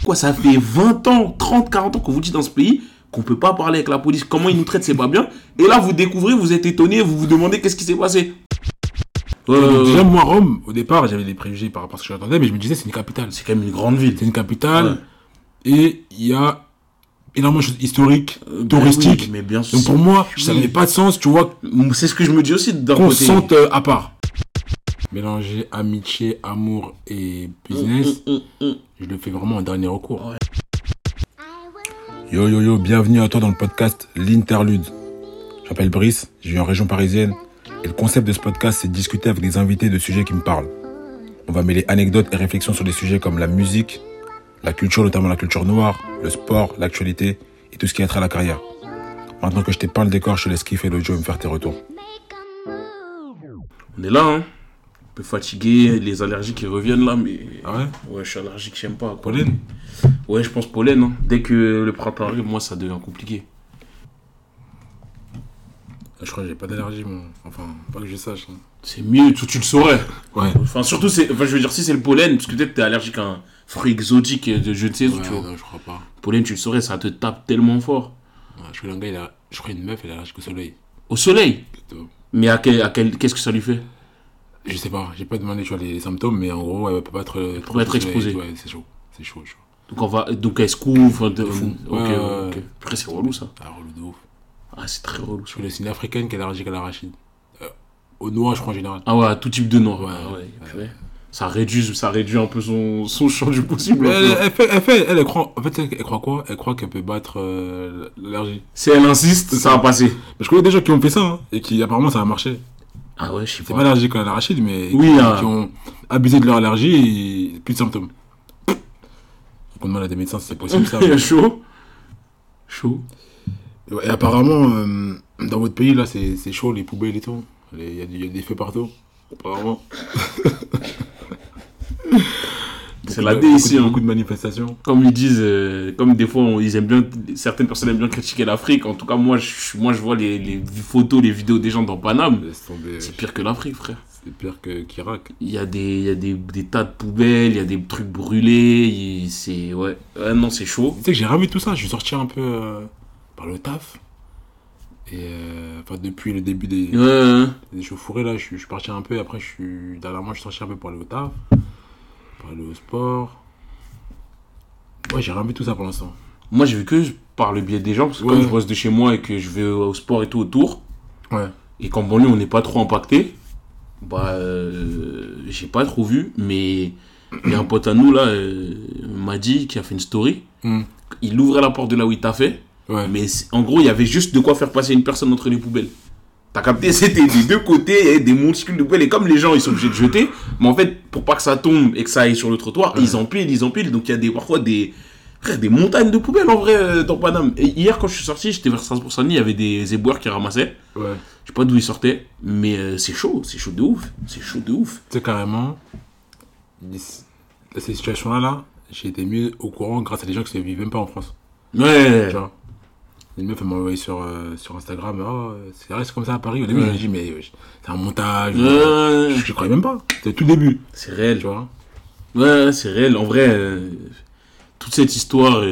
quoi? Ça fait 20 ans, 30, 40 ans qu'on vous dit dans ce pays qu'on peut pas parler avec la police. Comment ils nous traitent, c'est pas bien. Et là, vous découvrez, vous êtes étonné, vous vous demandez qu'est-ce qui s'est passé. Déjà, moi, Rome, au départ, j'avais des préjugés par rapport à ce que j'entendais, mais je me disais, c'est une capitale. C'est quand même une grande ville. C'est une capitale, et il y a énormément de choses historiques, touristiques. Oui, mais bien sûr. Donc pour moi, ça n'avait pas de sens, tu vois. C'est ce que je me dis aussi d'un Qu'on côté. se sente à part. Mélanger amitié, amour et business, je le fais vraiment en dernier recours. Ouais. Yo, bienvenue à toi dans le podcast L'Interlude. Je m'appelle Brice, je vis en région parisienne. Et le concept de ce podcast, c'est de discuter avec des invités de sujets qui me parlent. On va mêler anecdotes et réflexions sur des sujets comme la musique, la culture, notamment la culture noire, le sport, l'actualité et tout ce qui a trait à la carrière. Maintenant que je t'ai peint le décor, je te laisse kiffer l'audio et me faire tes retours. On est là, hein. Un peu fatigué, les allergies qui reviennent là, mais. Ah ouais? Ouais, je suis allergique, j'aime pas. Quoi. Pollen? Ouais, je pense pollen. Hein. Dès que le printemps arrive, moi, ça devient compliqué. Je crois que j'ai pas d'allergie, moi. Enfin, pas que je sache. Hein. C'est mieux, tu le saurais. Ouais. Enfin, surtout, je veux dire, si c'est le pollen, parce que peut-être t'es allergique à un fruit exotique de je ne sais où, tu vois. Non, je crois pas. Pollen, tu le saurais, ça te tape tellement fort. Ouais, je crois qu'un gars, je crois une meuf, elle est allergique au soleil. Au soleil? Plutôt. Mais qu'est-ce que ça lui fait? Je sais pas, j'ai pas demandé tu vois, les symptômes, mais en gros, elle peut pas être Pour être exposée. Ouais, c'est chaud. C'est chaud. Donc elle se couvre. fou. Ok. Après, c'est relou ça. Ah, relou de ouf. Ah, c'est très relou ça. Je connais une africaine qui est allergique à l'arachide. Au noix, je crois en général. Ah ouais, à tout type de noix. Ouais. Ça réduit un peu son champ du possible. Elle croit quoi? Elle croit qu'elle peut battre l'allergie. Si elle insiste, ça va passer. Mais je connais des gens qui ont fait ça, hein, et qui apparemment ça a marché. Ah ouais, je sais C'est pas. pas allergique à l'arachide, mais Oui, qui ont abusé de leur allergie et plus de symptômes. Donc on demande à des médecins si c'est possible ça. Il y a chaud. Et apparemment, dans votre pays, là, c'est chaud, les poubelles et tout. Il y a des feux partout. Apparemment. C'est la D ici. Beaucoup de manifestations. Comme ils disent, comme des fois, certaines personnes aiment bien critiquer l'Afrique. En tout cas, moi, je vois les photos, les vidéos des gens dans Paname. C'est pire que l'Afrique, frère. C'est pire qu'Irak. Il y a des tas de poubelles, il y a des trucs brûlés. Ouais, non, c'est chaud. Tu sais que j'ai revu tout ça. Je suis sorti un peu par le taf. Et depuis le début des chauffourées, là, je suis parti un peu. Et après, dernièrement, je suis sorti un peu pour aller au taf. Pour aller au sport. Ouais, j'ai revu tout ça pour l'instant. Moi, j'ai vu que par le biais des gens, parce que comme je bosse de chez moi et que je vais au sport et tout autour, et qu'en banlieue, on n'est pas trop impacté, j'ai pas trop vu, mais il y a un pote à nous, là, Madi, qui a fait une story. Il ouvrait la porte de là où il t'a fait, mais en gros, il y avait juste de quoi faire passer une personne entre les poubelles. T'as capté, c'était des deux côtés, il y avait des monticules de poubelles, et comme les gens, ils sont obligés de jeter, mais en fait, pour pas que ça tombe et que ça aille sur le trottoir, ils empilent, donc il y a parfois des montagnes de poubelles, en vrai, dans Paname. Et hier, quand je suis sorti, j'étais vers Strasbourg-Saint-Denis, il y avait des éboueurs qui ramassaient. Je sais pas d'où ils sortaient, mais c'est chaud de ouf. C'est chaud de ouf. Tu sais, carrément, ces situations-là, j'ai été mieux au courant grâce à des gens qui ne vivent même pas en France. Ouais. Tu vois, une meuf, elle m'a envoyé sur Instagram, c'est vrai, c'est comme ça à Paris. Au début, je me dis, mais c'est un montage. Je croyais même pas. C'était tout le début. C'est réel. Tu vois. Ouais, c'est réel. En vrai, toute cette histoire.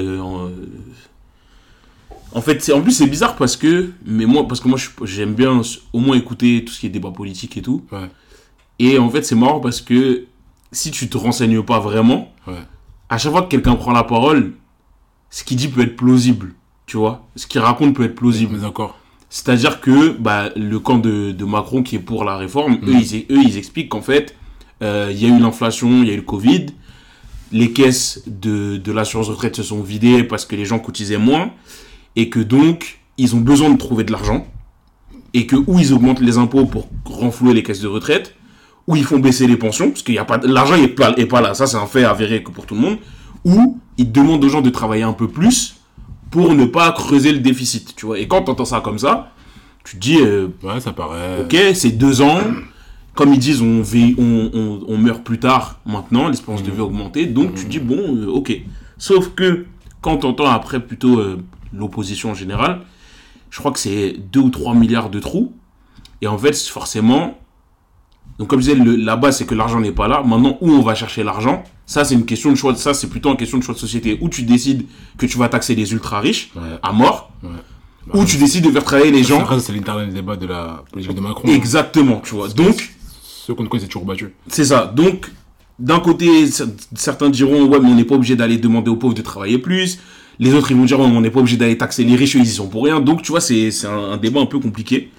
En fait, en plus, c'est bizarre parce que moi, j'aime bien au moins écouter tout ce qui est débat politique et tout. Ouais. Et en fait, c'est marrant parce que si tu te renseignes pas vraiment, à chaque fois que quelqu'un prend la parole, ce qu'il dit peut être plausible. Tu vois, ce qu'il raconte peut être plausible. Mais d'accord. C'est-à-dire que le camp de Macron qui est pour la réforme, eux, ils expliquent qu'en fait, il y a eu l'inflation, il y a eu le Covid, les caisses de l'assurance retraite se sont vidées parce que les gens cotisaient moins, et que donc, ils ont besoin de trouver de l'argent, et que ou ils augmentent les impôts pour renflouer les caisses de retraite, ou ils font baisser les pensions, parce qu'il y a pas l'argent est pas là, ça c'est un fait avéré que pour tout le monde, ou ils demandent aux gens de travailler un peu plus, pour ne pas creuser le déficit, tu vois. Et quand tu entends ça comme ça, tu te dis... ça paraît... Ok, c'est 2 ans. Comme ils disent, on meurt plus tard maintenant, l'espérance de vie a augmenté. Donc tu te dis, bon, ok. Sauf que quand tu entends après plutôt l'opposition en général, je crois que c'est 2 ou 3 milliards de trous. Et en fait, forcément, Donc, comme je disais, la base, c'est que l'argent n'est pas là. Maintenant, où on va chercher l'argent, ça, c'est une question de choix. Ça, c'est plutôt une question de choix de société. Où tu décides que tu vas taxer les ultra riches à mort, ou tu décides de faire travailler les gens. Ça, c'est l'éternel débat de la politique de Macron. Exactement, tu vois. Donc, ceux qu'on connaît, c'est toujours battu. C'est ça. Donc, d'un côté, certains diront, ouais, mais on n'est pas obligé d'aller demander aux pauvres de travailler plus. Les autres, ils vont dire, ouais, on n'est pas obligé d'aller taxer les riches, ils y sont pour rien. Donc, tu vois, c'est un débat un peu compliqué.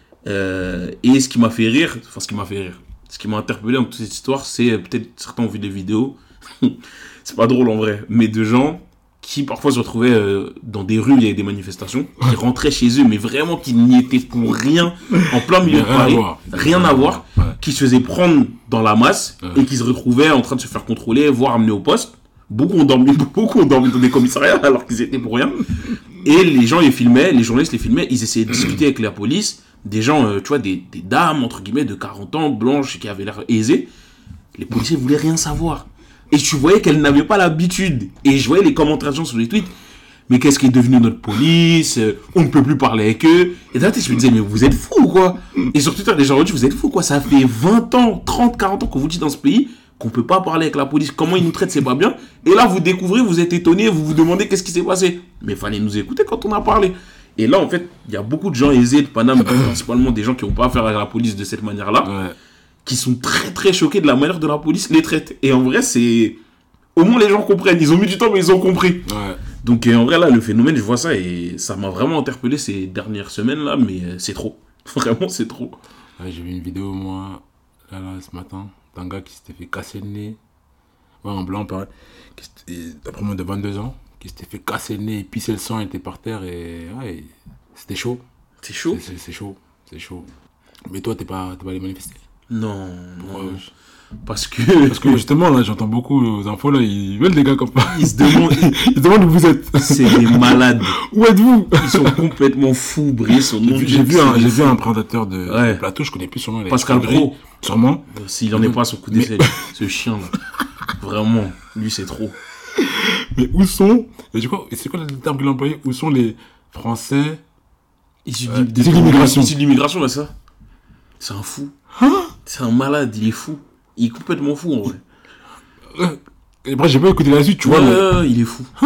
Et ce qui m'a fait rire, ce qui m'a interpellé dans toute cette histoire, c'est peut-être certains ont vu des vidéos, c'est pas drôle en vrai, mais de gens qui parfois se retrouvaient dans des rues où il y avait des manifestations, qui rentraient chez eux, mais vraiment qui n'y étaient pour rien, en plein milieu de Paris, rien à voir, qui se faisaient prendre dans la masse et qui se retrouvaient en train de se faire contrôler, voire amener au poste. Beaucoup ont dormi dans des commissariats alors qu'ils étaient pour rien. Et les gens les filmaient, les journalistes les filmaient, ils essayaient de discuter avec la police, des gens, tu vois, des dames, entre guillemets, de 40 ans, blanches, qui avaient l'air aisées. Les policiers voulaient rien savoir. Et tu voyais qu'elles n'avaient pas l'habitude. Et je voyais les commentaires de gens sur les tweets. Mais qu'est-ce qui est devenu notre police? On ne peut plus parler avec eux. Et là, je me disais, mais vous êtes fous ou quoi? Et sur Twitter, les gens ont dit, vous êtes fous quoi? Ça fait 20 ans, 30, 40 ans qu'on vous dit dans ce pays qu'on peut pas parler avec la police. Comment ils nous traitent, c'est pas bien. Et là, vous découvrez, vous êtes étonnés, vous vous demandez qu'est-ce qui s'est passé. Mais il fallait nous écouter quand on a parlé. Et là, en fait, il y a beaucoup de gens aisés de Paname, principalement des gens qui n'ont pas affaire à la police de cette manière-là, qui sont très très choqués de la manière dont la police les traite. Et en vrai, c'est... Au moins, les gens comprennent. Ils ont mis du temps, mais ils ont compris. Donc, en vrai, là, le phénomène, je vois ça et ça m'a vraiment interpellé ces dernières semaines-là, mais c'est trop. Vraiment, c'est trop. J'ai vu une vidéo, moi, là, ce matin, d'un gars qui s'était fait casser le nez. Ouais, en blanc, pareil. D'après moi, de 22 ans. Qui s'était fait casser le nez, pisser le sang, il était par terre et c'était chaud. C'est chaud. C'est chaud. Mais toi, t'es pas allé manifester? Non. Pourquoi? Non. Parce que justement, là, j'entends beaucoup aux infos, là, ils veulent des gars comme ça. Ils se demandent où vous êtes. C'est des malades. Où êtes-vous? Ils sont complètement fous, Brice. J'ai vu un présentateur de plateau, je connais plus son nom. Pascal Pro. Sûrement. S'il en est pas à son coup d'essai, ce chien, là. Vraiment, lui, c'est trop. Mais où sont... C'est quoi le terme qu'il a employé? Où sont les Français issus de l'immigration? Issus de l'immigration, là, ça. C'est un fou. C'est un malade, il est fou. Il est complètement fou, en vrai. Et après, j'ai pas écouté la suite, tu vois. Il est fou.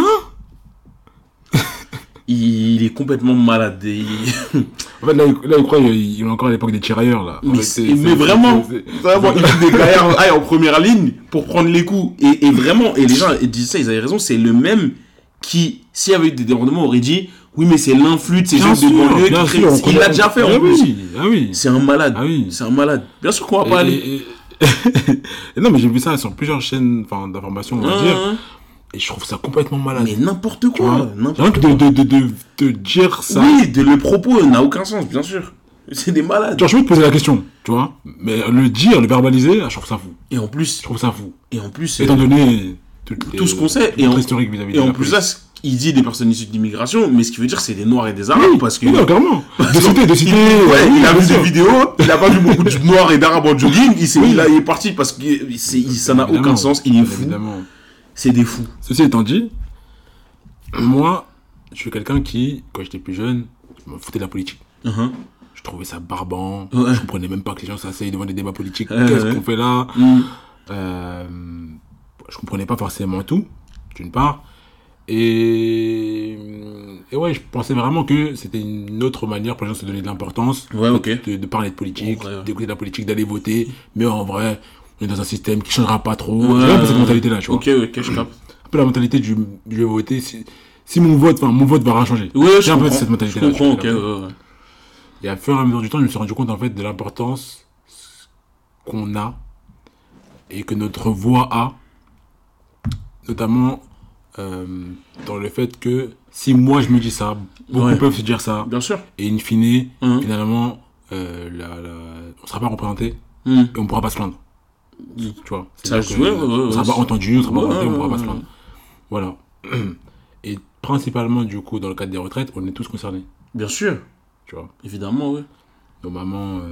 Il est complètement malade. En fait, là, il croit qu'il est encore à l'époque des tirailleurs, là. Mais vraiment, il dit des gaillards en première ligne pour prendre les coups. Et vraiment, et les gens disent ça, ils avaient raison, c'est le même qui, s'il y avait eu des débordements, aurait dit, oui, mais c'est l'influx de ces gens de banlieue qui créent. Il l'a déjà fait, en plus. C'est un malade. C'est un malade. Bien sûr qu'on va pas aller. Non, mais j'ai vu ça sur plusieurs chaînes d'information, on va dire. Et je trouve ça complètement malade. Mais n'importe quoi. Rien que de dire ça. Oui, le propos n'a aucun sens, bien sûr. C'est des malades. Genre, je vais te poser la question, tu vois. Mais le dire, le verbaliser, je trouve ça fou. Et en plus. Je trouve ça fou. Et en plus. Étant donné tout ce qu'on sait. Et historique vis-à-vis et en plus, là, il dit des personnes issues de l'immigration, mais ce qui veut dire, c'est des Noirs et des Arabes. Parce que. Non, clairement. De citer. Il a vu des vidéos, il a pas vu beaucoup de Noirs et d'Arabes en jogging, il est parti parce que ça n'a aucun sens, il est fou. Évidemment. C'est des fous. Ceci étant dit, moi, je suis quelqu'un qui, quand j'étais plus jeune, je me foutais de la politique. Je trouvais ça barbant. Je comprenais même pas que les gens s'asseyent devant des débats politiques. Qu'est-ce qu'on fait là? Je comprenais pas forcément tout, d'une part. Et ouais, je pensais vraiment que c'était une autre manière pour les gens de se donner de l'importance, de parler de politique, d'écouter de la politique, d'aller voter. Mais en vrai, on est dans un système qui changera pas trop. J'ai un peu cette mentalité-là, tu vois. Ok, je capte. Un peu la mentalité du je vais voter. Si mon vote va rien changer. J'ai un peu cette mentalité-là. Je comprends, Et à fur et à mesure du temps, je me suis rendu compte en fait de l'importance qu'on a et que notre voix a, notamment dans le fait que si moi je me dis ça, beaucoup peuvent se dire ça. Bien sûr. Et in fine, finalement, on sera pas représenté et on pourra pas se plaindre. Tu vois. Ça joue, on sera pas entendu, on sera pas représenté, on pourra pas se plaindre. Voilà. Et principalement, du coup, dans le cadre des retraites, on est tous concernés. Bien sûr. Tu vois. Évidemment, oui. Normalement,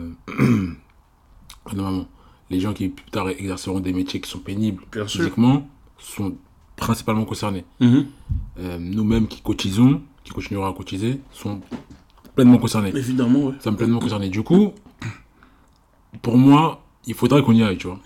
les gens qui plus tard exerceront des métiers qui sont pénibles physiquement sont principalement concernés. Nous-mêmes qui cotisons, qui continuerons à cotiser, sont pleinement concernés. Évidemment, oui. Sommes pleinement concernés. Du coup, pour moi, il faudrait qu'on y aille, tu vois.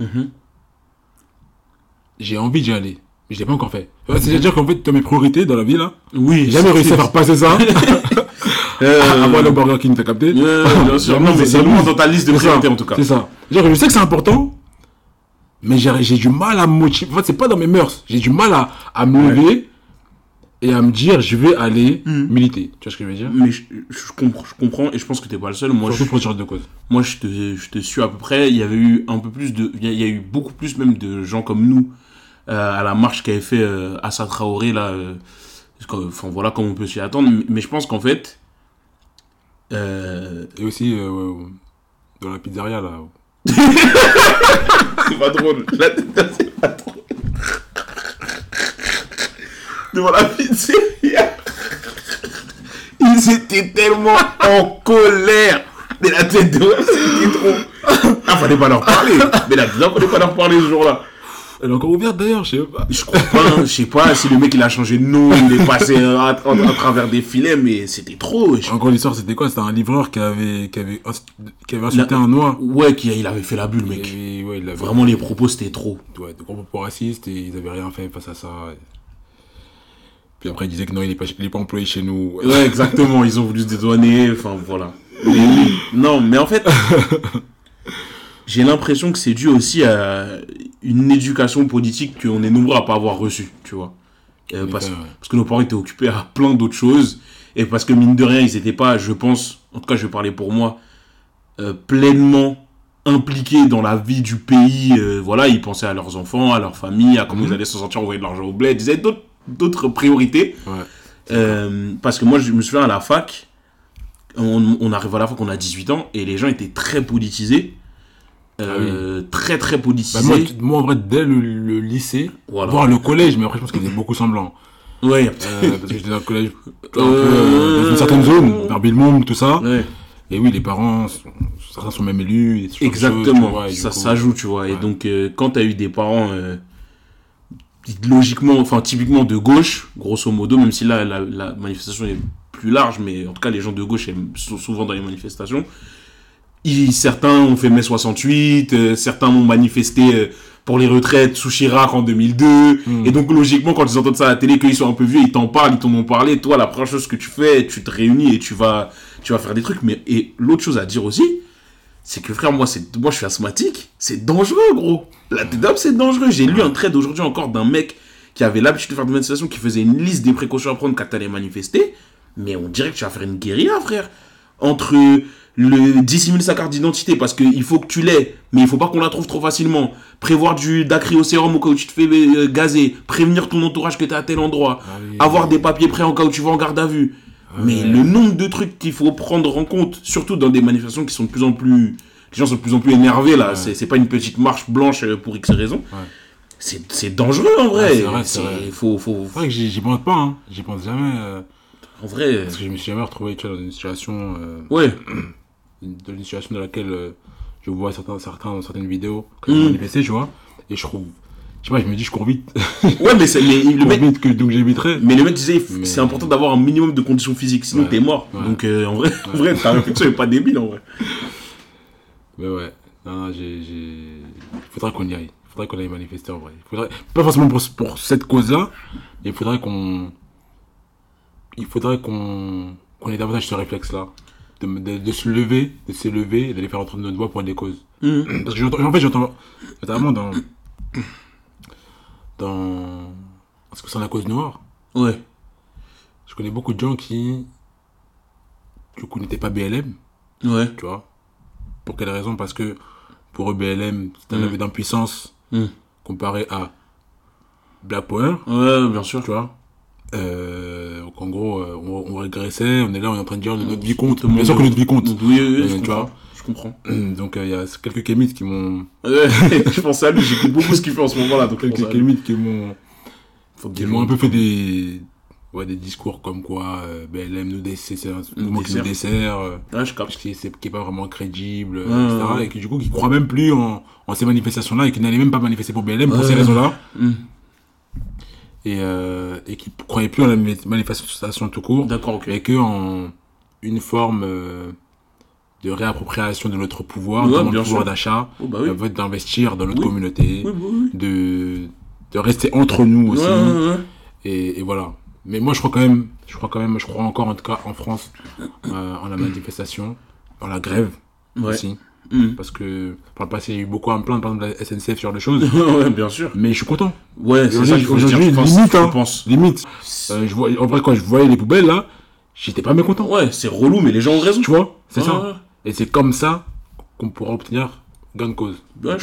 J'ai envie d'y aller, mais je l'ai pas encore fait. C'est-à-dire qu'en fait, tu as mes priorités dans la vie, là. Oui. J'ai jamais réussi à faire passer ça. À moi, le Burger King, t'as capté? Bien sûr. Non, mais c'est loin dans ta liste de priorités, en tout cas. C'est ça. C'est-à-dire que je sais que c'est important, mais j'ai du mal à me motiver. En fait, c'est pas dans mes mœurs. J'ai du mal à me lever et à me dire, je vais aller militer. Tu vois ce que je veux dire? Mais je comprends, et je pense que t'es pas le seul. Moi, surtout pour ce genre de cause. Moi, je te suis à peu près. Il y avait eu un peu plus il y a eu beaucoup plus même de gens comme nous à la marche qu'avait fait Assa Traoré là. Enfin voilà, comme on peut s'y attendre. Mais je pense qu'en fait. Et aussi dans la pizzeria là. C'est pas drôle. Là, c'est pas drôle. Devant la pizzeria. Ils étaient tellement en colère. Mais la tête de c'était trop. Ah, fallait pas leur parler. Mais la tête, fallait pas leur parler ce jour-là. Elle est encore ouverte d'ailleurs, je sais pas. Je crois pas, je sais pas si le mec il a changé de nom, il est passé à travers des filets, mais c'était trop. Encore l'histoire, c'était quoi? C'était un livreur qui avait insulté un noir. Ouais, il avait fait la bulle, mec. Ouais, vraiment, les propos c'était trop. Ouais, de gros propos racistes et ils avaient rien fait face à ça. Puis après, ils disaient que non, il est pas employé chez nous. Ouais, exactement, ils ont voulu se dédouaner, enfin voilà. Non, mais en fait, j'ai l'impression que c'est dû aussi à une éducation politique qu'on est nombreux à pas avoir reçue, tu vois. Parce que nos parents étaient occupés à plein d'autres choses, et parce que mine de rien, ils étaient pas, je pense, en tout cas je vais parler pour moi, pleinement impliqués dans la vie du pays. Voilà, ils pensaient à leurs enfants, à leur famille, à comment ils allaient s'en sortir, envoyer de l'argent au bled, ils avaient d'autres priorités. Parce que moi, je me souviens à la fac, on arrive à la fac, on a 18 ans, et les gens étaient très politisés. Très très politisés. Moi en vrai, dès le lycée, voire le collège, mais après je pense qu'ils étaient beaucoup semblants. Ouais. Parce que j'étais dans le collège, dans une certaine zone, vers Billemont, tout ça. Ouais. Et oui, les parents, certains sont même élus. Exactement, ça joue, tu vois. Ouais. Et donc, quand t'as eu des parents... logiquement, enfin typiquement de gauche, grosso modo, même si là la manifestation est plus large, mais en tout cas les gens de gauche sont souvent dans les manifestations. Certains ont fait mai 68, certains ont manifesté pour les retraites sous Chirac en 2002, et donc logiquement quand ils entendent ça à la télé, qu'ils sont un peu vieux, ils t'en parlent, ils t'en ont parlé, toi la première chose que tu fais, tu te réunis et tu vas faire des trucs. Et l'autre chose à dire aussi, c'est que frère, moi je suis asthmatique, c'est dangereux gros. La TEDAP c'est dangereux. J'ai lu un trade aujourd'hui encore d'un mec qui avait l'habitude de faire des manifestations, qui faisait une liste des précautions à prendre quand t'allais manifester, mais on dirait que tu vas faire une guérilla frère. Entre dissimuler sa carte d'identité parce qu'il faut que tu l'aies, mais il faut pas qu'on la trouve trop facilement, prévoir d'acryocérum au cas où tu te fais gazer, prévenir ton entourage que t'es à tel endroit, avoir des papiers prêts en cas où tu vas en garde à vue. Mais le nombre de trucs qu'il faut prendre en compte, surtout dans des manifestations qui sont de plus en plus... Les gens sont de plus en plus énervés, là. C'est pas une petite marche blanche pour X raisons. C'est dangereux, en vrai. C'est vrai que j'y pense pas, hein. J'y pense jamais. En vrai... Parce que je me suis jamais retrouvé dans une situation... dans une situation dans laquelle je vois certaines vidéos que j'ai manifestées, tu vois. Et je trouve... Je sais pas, je me dis, je cours vite. Ouais, mais le mec... Vite donc j'éviterai. Mais le mec disait, c'est important d'avoir un minimum de conditions physiques, sinon t'es mort. Donc, en vrai, ta réflexion est pas débile, en vrai. Mais ouais. Non, il faudrait qu'on y aille. Il faudrait qu'on aille manifester, en vrai. Pas forcément pour cette cause-là, mais il faudrait qu'on ait davantage ce réflexe-là. De se lever, et d'aller faire entendre notre voix pour des causes. Parce que j'entends notamment parce que c'est la cause noire. Ouais. Je connais beaucoup de gens qui du coup n'étaient pas BLM. Ouais. Tu vois. Pour quelle raison? Parce que pour eux BLM c'est un aveu d'impuissance comparé à Black Power. Ouais, bien sûr. Tu vois. Donc en gros on régressait, on est là, on est en train de dire notre vie compte. Bien sûr que notre vie compte. Oui, tu vois. Je comprends. Donc il y a quelques kémites qui m'ont... je pense à lui, j'écoute beaucoup ce qu'il fait en ce moment-là. Donc quelques kémites qui m'ont un peu fait des discours comme quoi BLM nous dessert, je capte. Qui est pas vraiment crédible, etc. Et qui du coup qui croit même plus en ces manifestations-là et qui n'allait même pas manifester pour BLM pour ces raisons-là. Et qui croyait plus en la manifestation tout court. D'accord, ok. Et que en une forme de réappropriation de notre pouvoir, Ouais, notamment bien le pouvoir sûr. d'achat, Oh, bah oui. d'investir dans notre Oui. communauté, Oui, oui, oui. de rester entre nous aussi. Ouais. Et voilà. Mais moi, je crois encore en tout cas en France, en la manifestation, en la grève aussi. Parce que par le passé, il y a eu beaucoup à me plaindre, par exemple, la SNCF, sur des choses. Ouais, bien sûr. Mais je suis content. Ouais, c'est ça qu'il faut se dire, Aujourd'hui, je pense. limite, hein, Je pense. limite. En vrai, quand je voyais les poubelles, là, j'étais pas mécontent. Ouais, c'est relou, mais les gens ont raison. Tu vois, c'est Ouais, ça. ouais. Et c'est comme ça qu'on pourra obtenir gain de cause. Ouais,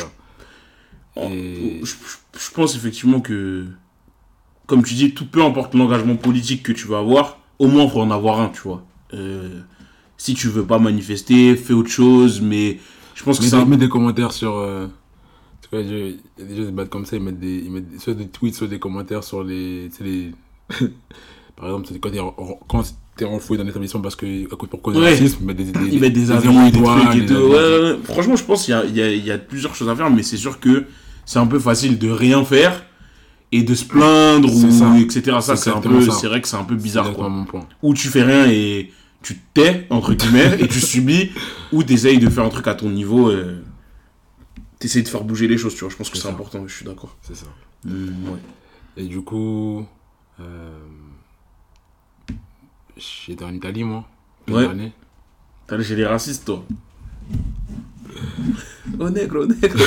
je pense effectivement que, comme tu dis, peu importe l'engagement politique que tu vas avoir, au moins il faut en avoir un, tu vois. Si tu veux pas manifester, fais autre chose, mais je pense que Mais ça. mets des commentaires sur. Tu vois, il y a des gens qui se battent comme ça, ils mettent soit des tweets, soit des commentaires sur les. Par exemple, c'est quand t'es renfloué dans l'établissement parce que, pour cause du Ouais. racisme, Ils mettent des avis, zéro des étoile, trucs et des tout. avis. Ouais. Franchement, je pense qu'il y a plusieurs choses à faire, mais c'est sûr que c'est un peu facile de rien faire et de se plaindre C'est ça. etc. Ça, C'est exactement ça. c'est vrai que c'est un peu bizarre, C'est quoi. exactement mon point. Ou tu fais rien et tu te tais, entre guillemets, et tu subis, ou t'essayes de faire un truc à ton niveau, t'essayes de faire bouger les choses, tu vois. Je pense que C'est c'est ça. important, je suis d'accord. C'est ça. Ouais. Et du coup, j'étais en Italie, moi. Ouais. L'année. T'as chez les racistes, toi. Oh nègre.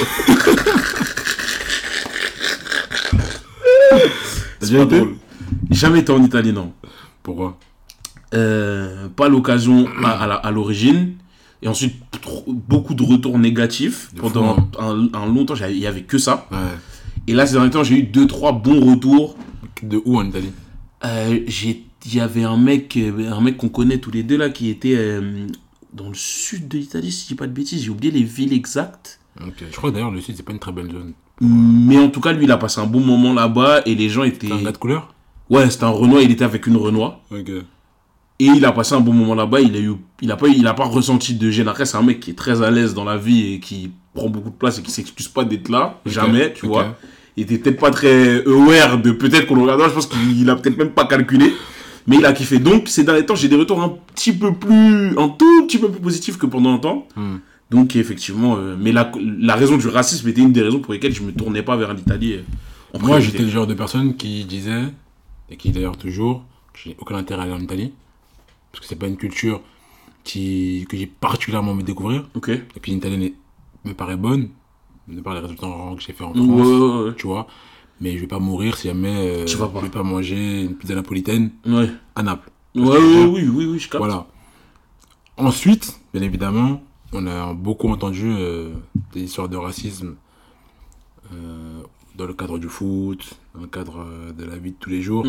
T'as déjà été? Jamais été en Italie, non. Pourquoi? Pas l'occasion à l'origine. Et ensuite, beaucoup de retours négatifs. Pendant un long temps, il y avait que ça. Ouais. Et là, ces derniers temps, j'ai eu 2-3 bons retours. De où en Italie? Il y avait un mec qu'on connaît tous les deux là, qui était dans le sud de l'Italie, si je dis pas de bêtises. J'ai oublié les villes exactes. Ok. Je crois que d'ailleurs, le sud, c'est pas une très belle zone. Mais en tout cas, lui, il a passé un bon moment là-bas et les gens étaient. C'est un gars de couleur? Ouais, c'était un Renoir, il était avec une Renoir. Ok. Et il a passé un bon moment là-bas, il a pas ressenti de gêne. Après, c'est un mec qui est très à l'aise dans la vie et qui prend beaucoup de place et qui s'excuse pas d'être là. Ok. Jamais, tu Ok. vois. Il était peut-être pas très aware de peut-être qu'on le regardera. Je pense qu'il a peut-être même pas calculé. Mais il a kiffé. Donc, ces derniers temps, j'ai des retours un tout petit peu plus positifs que pendant un temps. Donc, effectivement, mais la raison du racisme était une des raisons pour lesquelles je me tournais pas vers l'Italie. Moi, priorité. j'étais le genre de personne qui disait, et qui d'ailleurs toujours, que j'ai aucun intérêt à aller en Italie. Parce que c'est pas une culture que j'ai particulièrement envie de découvrir. Ok. La cuisine italienne me paraît bonne, de par les résultats que j'ai fait en France, Ouais. tu vois. Mais je vais pas mourir si jamais Tu vas pas. je vais pas manger une pizza napolitaine Ouais. à Naples. Oui, je capte. Voilà. Ensuite, bien évidemment, on a beaucoup entendu des histoires de racisme dans le cadre du foot, dans le cadre de la vie de tous les jours.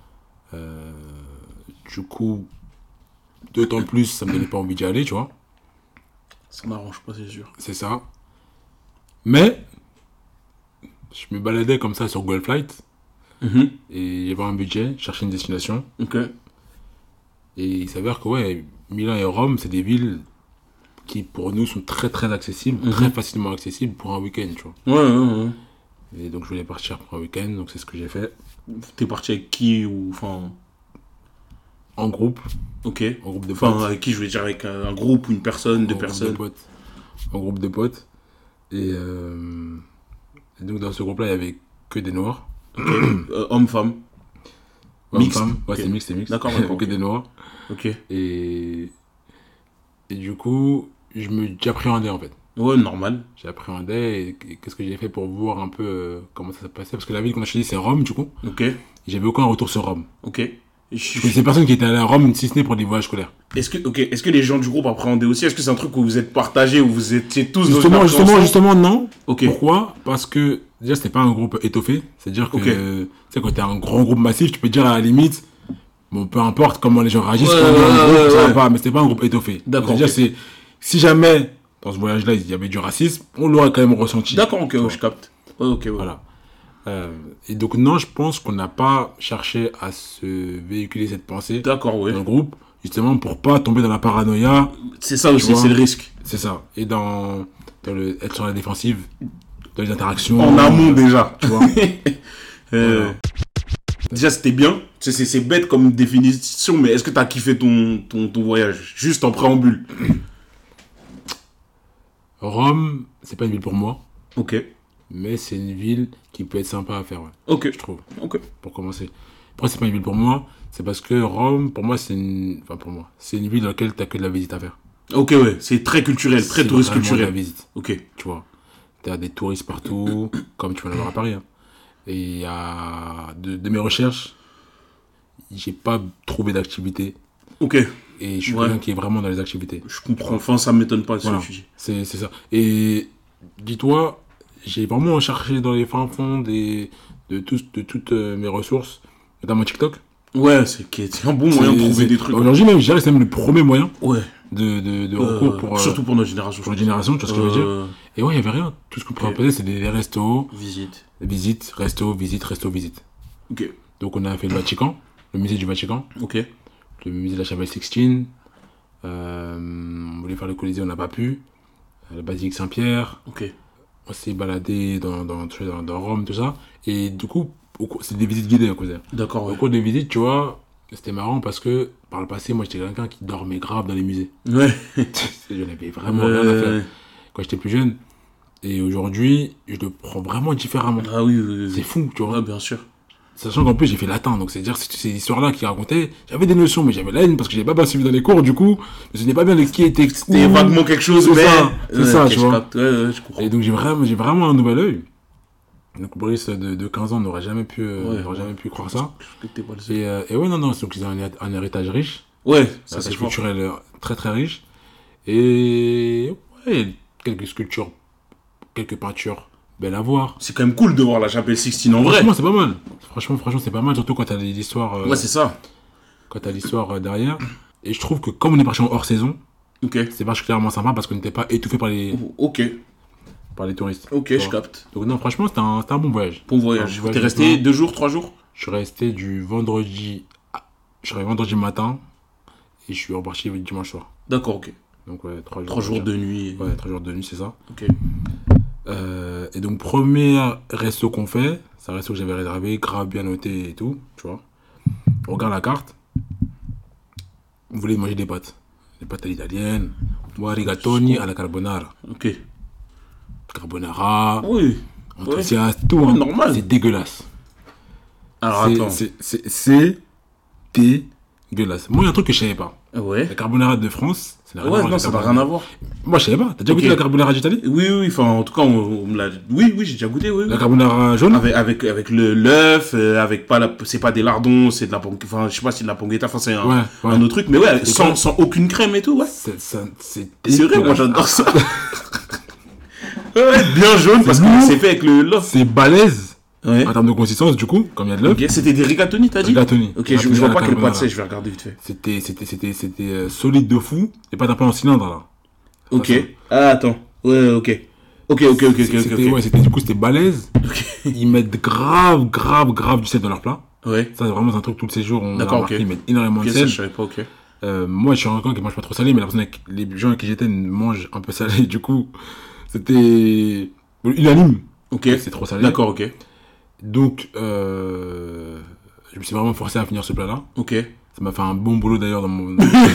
Du coup, d'autant plus, ça me donnait pas envie d'y aller, tu vois. Ça m'arrange pas, c'est sûr. C'est ça. Mais, je me baladais comme ça sur Google Flight. Et j'avais un budget, je cherchais une destination. Ok. Et il s'avère que, ouais, Milan et Rome, c'est des villes qui, pour nous, sont très très accessibles, très facilement accessibles pour un week-end, tu vois. Ouais. Et donc, je voulais partir pour un week-end, donc c'est ce que j'ai fait. T'es parti avec qui ou enfin. En groupe. Ok. En groupe de potes. Enfin, avec qui je veux dire, avec un groupe ou une personne, deux personnes. En groupe de potes. Et donc, dans ce groupe-là, il n'y avait que des noirs. Homme-femme. Mixte. Femme. Ouais, Ok. c'est mixte. D'accord. Que Ok. des noirs. Ok. Et du coup, j'appréhendais en fait. Ouais, normal. J'appréhendais et qu'est-ce que j'ai fait pour voir un peu comment ça s'est passé. Parce que la ville qu'on a choisie, c'est Rome, du coup. Ok. Et j'avais aucun retour sur Rome. Ok. Je connaissais personne qui était allé à Rome, si ce n'est pour des voyages scolaires. Est-ce que les gens du groupe appréhendaient aussi? Est-ce que c'est un truc où vous êtes partagés, où vous étiez tous Justement, non. Ok. Pourquoi? Parce que déjà, c'était pas un groupe étoffé. C'est-à-dire que, Ok. tu sais, quand t'es un grand groupe massif, tu peux dire à la limite, bon, peu importe comment les gens réagissent, Ouais, quand on est un groupe, ça ouais. va pas, mais c'était pas un groupe étoffé. D'accord, C'est-à-dire, ok. si jamais, dans ce voyage-là, il y avait du racisme, on l'aurait quand même ressenti. D'accord, ok, Tu vois. je capte. Ouais, ok, ouais. Voilà. Et donc, non, je pense qu'on n'a pas cherché à se véhiculer cette pensée D'accord, ouais. dans le groupe, justement pour pas tomber dans la paranoïa. C'est ça aussi, vois. c'est le risque. C'est ça. Et dans être sur la défensive, dans les interactions. En amont déjà. Tu vois. Voilà. Déjà, c'était bien. C'est bête comme définition, mais est-ce que t'as kiffé ton voyage? Juste en préambule. Rome, c'est pas une ville pour moi, Ok. mais c'est une ville qui peut être sympa à faire, ouais, Ok. je trouve, Ok. pour commencer. Pourquoi c'est pas une ville pour moi? C'est parce que Rome, pour moi, enfin pour moi, c'est une ville dans laquelle t'as que de la visite à faire. Ok, ouais. C'est très culturel, très C'est touriste vraiment de la culturel. visite, Ok. tu vois. T'as des touristes partout, comme tu vas en avoir à Paris. Hein. Et il y a de mes recherches, j'ai pas trouvé d'activité. Ok. Et je suis Ouais. quelqu'un qui est vraiment dans les activités. Je comprends. Enfin, ça m'étonne pas ce Voilà. que tu dis. C'est ça. Et dis-toi, j'ai vraiment cherché dans les fins fonds de toutes mes ressources, notamment TikTok. Ouais, c'est un bon moyen de trouver des trucs. Aujourd'hui même, je dirais que c'est même le premier moyen Ouais. de recours pour, Surtout pour notre génération. pour la génération, tu vois ce que je veux dire. Et ouais, il n'y avait rien. Tout ce qu'on pouvait Ok. proposer, c'est des restos, Visite. visites, restos, visites, restos, visites. Ok. Donc on a fait le Vatican, le musée du Vatican, Ok. le musée de la Chapelle Sixtine. On voulait faire le Colisée, on n'a pas pu. La basilique Saint-Pierre. Ok. On s'est baladé dans Rome, tout ça. Et du coup, c'est des visites guidées à cause d'elle. D'accord, Au ouais. cours des visites, tu vois, c'était marrant parce que par le passé, moi j'étais quelqu'un qui dormait grave dans les musées. Ouais. Je n'avais vraiment rien à faire quand j'étais plus jeune. Et aujourd'hui, je le prends vraiment différemment. Ah oui, oui, oui. C'est fou, tu vois. Ouais, bien sûr. Sachant qu'en plus, j'ai fait latin, donc c'est-à-dire que ces histoires-là qui racontaient, j'avais des notions, mais j'avais la haine parce que j'avais pas bien suivi dans les cours, du coup, je n'ai pas bien qui était. C'était vaguement quelque chose, C'est mais. ça, c'est ça, ok, tu je vois. capte. Ouais, je comprends. Et donc j'ai vraiment un nouvel œil. Donc Brice de 15 ans n'aurait jamais pu, croire ça. Je que t'es pas le seul. Et ouais, non, donc ils ont un héritage riche, Ouais, un ça c'est héritage fort. culturel très très riche. Et ouais, quelques sculptures, quelques peintures belles à voir. C'est quand même cool de voir la chapelle Sixtine en vrai. Franchement, c'est pas mal. Franchement, c'est pas mal, surtout quand t'as l'histoire. Ouais, c'est ça. Quand t'as l'histoire derrière. Et je trouve que comme on est parti en hors saison, Ok. c'est particulièrement sympa parce qu'on n'était pas étouffé par les Ok. touristes. Ok, tu je vois. capte. Donc non, franchement, c'était un bon voyage. Bon voyage. Un voyage T'es resté de 2 jours, 3 jours? Je suis resté du vendredi. Je suis arrivé vendredi matin et je suis reparti dimanche soir. D'accord, ok. Donc ouais, 3 jours. 3 jours de nuit. Ouais, 3 jours de nuit, c'est ça. Ok. Et donc, premier resto qu'on fait, c'est un resto que j'avais réservé, grave bien noté et tout, tu vois. On regarde la carte. Vous voulez manger des pâtes. Des pâtes à l'italienne. Moi, rigatoni à la carbonara. Ok. Carbonara, Oui. enthousiaste, tout. Ouais, Hein. normal. C'est dégueulasse. Alors attends. C'est dégueulasse. Moi, il y a un truc que je savais pas. Ouais. La carbonara de France, ça n'a rien à Ouais, voir non, avec ça la n'a carbonara. rien à voir. Moi, je savais pas. T'as déjà Ok. goûté la carbonara d'Italie? Oui, oui, enfin, en tout cas, on me l'a. Oui, oui, j'ai déjà goûté, oui. La carbonara jaune? Avec l'œuf, avec pas c'est pas des lardons, c'est de la enfin, je sais pas si de la panguetta, enfin, c'est Ouais. un autre truc, mais ouais, C'est sans aucune crème et tout, ouais. C'est vrai, moi dégueulasse. j'adore ça. Ouais, bien jaune, parce que lourd. c'est fait avec l'œuf. C'est balèze Ouais. en termes de consistance, du coup, comme il y a de l'œuf. Ok, c'était des rigatoni, t'as dit? Rigatoni. Ok, Rigatoni je vois à la pas quelle pâte carbonara. c'est, je vais regarder vite fait. C'était solide de fou. Et pas d'un peu en cylindre, là. Ok. ça. Ah, attends. Ouais, ok. Ok. C'était balèze. Ok. Ils mettent grave du sel dans leur plat. Ouais. Ça, c'est vraiment un truc, tous ces jours, on a D'accord, remarqué, ok. ils mettent énormément Ok, de ça, sel. je savais pas, ok. Moi, je suis un gars qui mange pas trop salé, mais les gens avec qui j'étais mangent un peu salé. Du coup, c'était unanime. Ok. C'est trop salé. D'accord, ok. Donc, je me suis vraiment forcé à finir ce plat-là. Ok. Ça m'a fait un bon boulot d'ailleurs dans mon...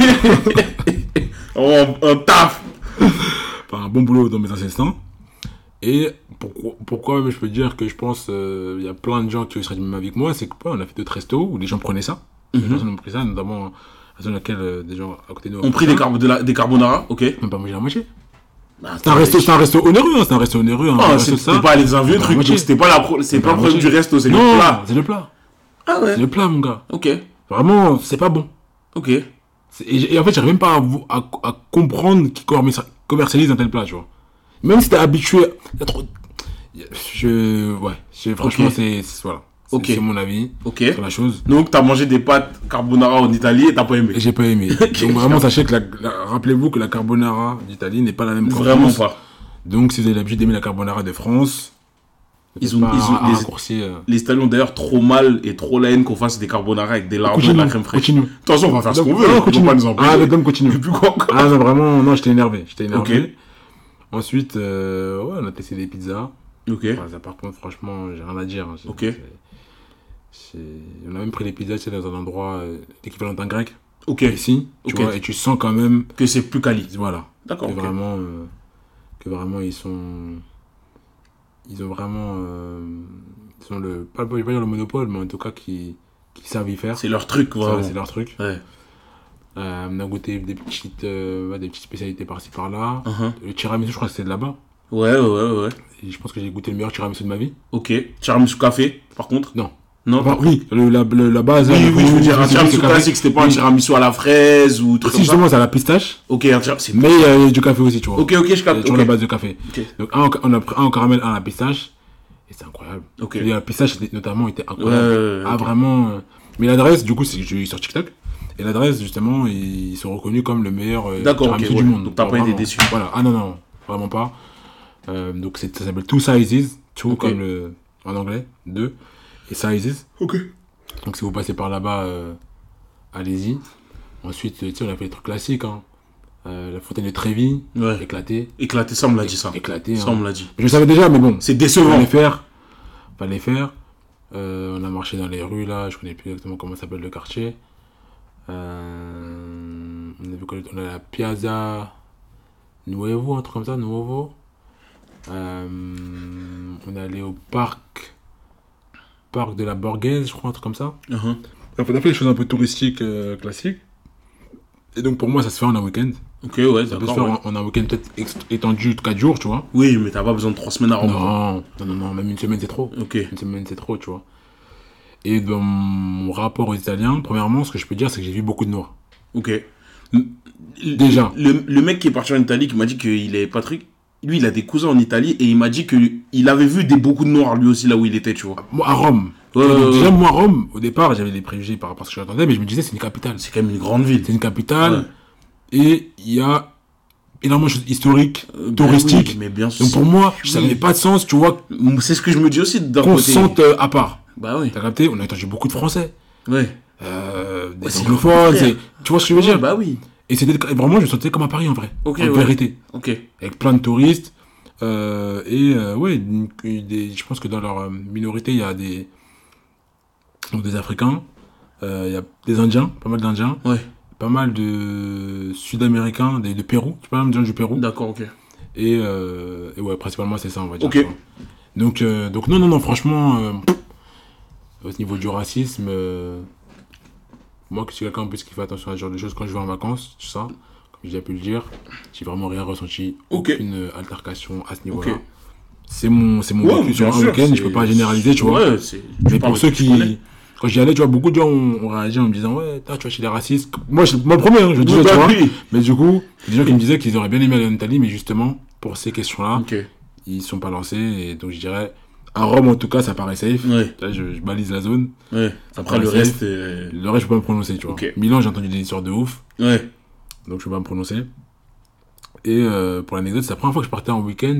Oh, un taf! enfin, un bon boulot dans mes anciens instants. Et pourquoi même je peux dire que je pense il y a plein de gens qui seraient du même avis que moi, c'est que on a fait d'autres restos où les gens prenaient ça. Les gens ont pris ça, notamment à dans laquelle des gens à côté de nous On prit des carbonara, ok. même pas manger la moitié. Bah, C'est un resto onéreux, hein, c'est un resto onéreux. Hein, Ah, un resto c'était pas les un vieux Bah, truc, moitié. donc c'était pas c'est pas le problème du resto, c'est le Non, plat. c'est le plat. Ah ouais. C'est le plat, mon gars. Ok. Vraiment, c'est pas bon. Ok. Et en fait, j'arrive même pas à comprendre qui commercialise un tel plat, tu vois. Même si t'es habitué, il y a trop... franchement, Ok. voilà. Ok. C'est mon avis Ok. sur la chose. Donc t'as mangé des pâtes carbonara en Italie et t'as pas aimé. Et j'ai pas aimé. Donc vraiment, sachez que rappelez-vous que la carbonara d'Italie n'est pas la même qu'en Vraiment France. pas. Donc si vous avez l'habitude d'aimer la carbonara de France, Ils ont les Italiens ont d'ailleurs trop mal et trop la haine qu'on fasse des carbonara avec des lardons et de la crème fraîche. Continue. Attention, on va faire ce qu'on veut. Non, Ils vont continue. pas nous empêcher. Ah, mais donc continue. Plus quoi encore. Ah non, vraiment, non, j'étais énervé. Ok. Ensuite, on a testé des pizzas. Ok. Enfin, ça, par contre, franchement, j'ai rien à dire. Hein. Ok. On a même pris des pizzas, c'est dans un endroit l'équivalent d'un grec. Ok. Ici, tu Ok. vois, et tu sens quand même, Que c'est plus quali. voilà. D'accord. Que Ok. vraiment, que vraiment ils ont vraiment ils ont pas dire le monopole, mais en tout cas qui savent y faire. C'est leur truc, vraiment. C'est leur truc. Ouais. On a goûté des petites spécialités par-ci par-là. Uh-huh. Le tiramisu, je crois que c'était de là-bas. Ouais. Et je pense que j'ai goûté le meilleur tiramisu de ma vie. Ok. Tiramisu café, par contre? Non. Non. Enfin, oui, la base. Oui, je veux dire, un tiramisu classique, c'était pas un tiramisu à la fraise ou truc Si, comme ça. justement, c'est à la pistache. Ok, un tiramisu. Mais il y a du café aussi, tu vois. Ok, je capte. Toujours la base de café. Ok. Donc, on a pris un au caramel, un à la pistache. Et c'est incroyable. Ok. Et la pistache, notamment, était incroyable. Ouais, vraiment. Mais l'adresse, du coup, c'est que je suis sur TikTok. Et l'adresse, justement, ils sont reconnus comme le meilleur tiramisu du monde. Donc, t'as pas été déçu. Voilà. Ah non, vraiment pas. Donc, ça s'appelle Two Sizes. Two Ok. comme en anglais. 2. Et Sizes. Ok. Donc, si vous passez par là-bas, allez-y. Ensuite, tu sais, on a fait les trucs classiques. Hein. La fontaine de Trévis. Ouais. Éclaté, ça on me l'a dit ça. Éclaté. Ça hein. on me l'a dit. Je le savais déjà, mais bon. C'est décevant. Fallait faire. On a marché dans les rues, là. Je connais plus exactement comment s'appelle le quartier. On a vu qu'on a la Piazza Nuevo, un truc comme ça, Nuevo. On est allé au parc de la Borghese, je crois, un truc comme ça. Uh-huh. On a fait des choses un peu touristiques, classiques. Et donc pour moi, ça se fait en un week-end. Ok, ouais, Ça peut se d'accord. faire en un week-end peut-être étendu de 4 jours, tu vois. Oui, mais t'as pas besoin de 3 semaines à rendre. Non, même une semaine c'est trop. Ok. Une semaine c'est trop, tu vois. Et dans mon rapport aux Italiens, premièrement, ce que je peux dire, c'est que j'ai vu beaucoup de Noirs. Ok. Déjà. Le mec qui est parti en Italie, qui m'a dit qu'il avait pas de truc, lui, il a des cousins en Italie et il m'a dit qu'il avait vu beaucoup de Noirs lui aussi là où il était, tu vois. Moi, à Rome. Déjà, moi, à Rome, au départ, j'avais des préjugés par rapport à ce que j'entendais, mais je me disais, c'est une capitale. C'est quand même une grande ville. C'est une capitale. Ouais. Et il y a énormément de choses historiques, touristiques. Oui, mais bien sûr. Donc pour moi, ça n'avait pas de sens, tu vois. C'est ce que je me dis aussi d'un qu'on côté. Se sente à part. Bah oui. T'as capté? On a entendu beaucoup de Français. Ouais. Des anglophones. Tu vois ce que je veux dire? Bah oui. Et vraiment, je me sentais comme à Paris en vrai. Ok. En vérité. Ok. Avec plein de touristes. Ouais, je pense que dans leur minorité, il y a des Africains, il y a des Indiens, pas mal d'Indiens, ouais. Pas mal de Sud-Américains, de Pérou, tu peux même dire du Pérou. D'accord, ok. Et ouais, principalement c'est ça, on va dire. Ok. Donc non, franchement, au niveau du racisme, moi qui suis quelqu'un en plus qui fait attention à ce genre de choses quand je vais en vacances, tout ça, comme j'ai pu le dire, j'ai vraiment rien ressenti, aucune altercation à ce niveau-là. Okay. C'est mon vécu sur un week-end, je peux pas généraliser, tu vois. Ouais, mais pour ceux qui... Quand j'y allais, tu vois, beaucoup de gens ont réagi en me disant, ouais, tu vois, chez les racistes. Moi le premier, hein, je disais, tu vois. Mais du coup, il y a des gens qui me disaient qu'ils auraient bien aimé aller en Italie, mais justement, pour ces questions-là, ils sont pas lancés. Et donc, je dirais, à Rome, en tout cas, ça paraît safe. Ouais. Là, je balise la zone. Ouais. Après, le reste, le reste, je peux pas me prononcer, tu vois. Milan, j'ai entendu des histoires de ouf. Ouais. Donc, je peux pas me prononcer. Et pour l'anecdote, c'est la première fois que je partais en week-end.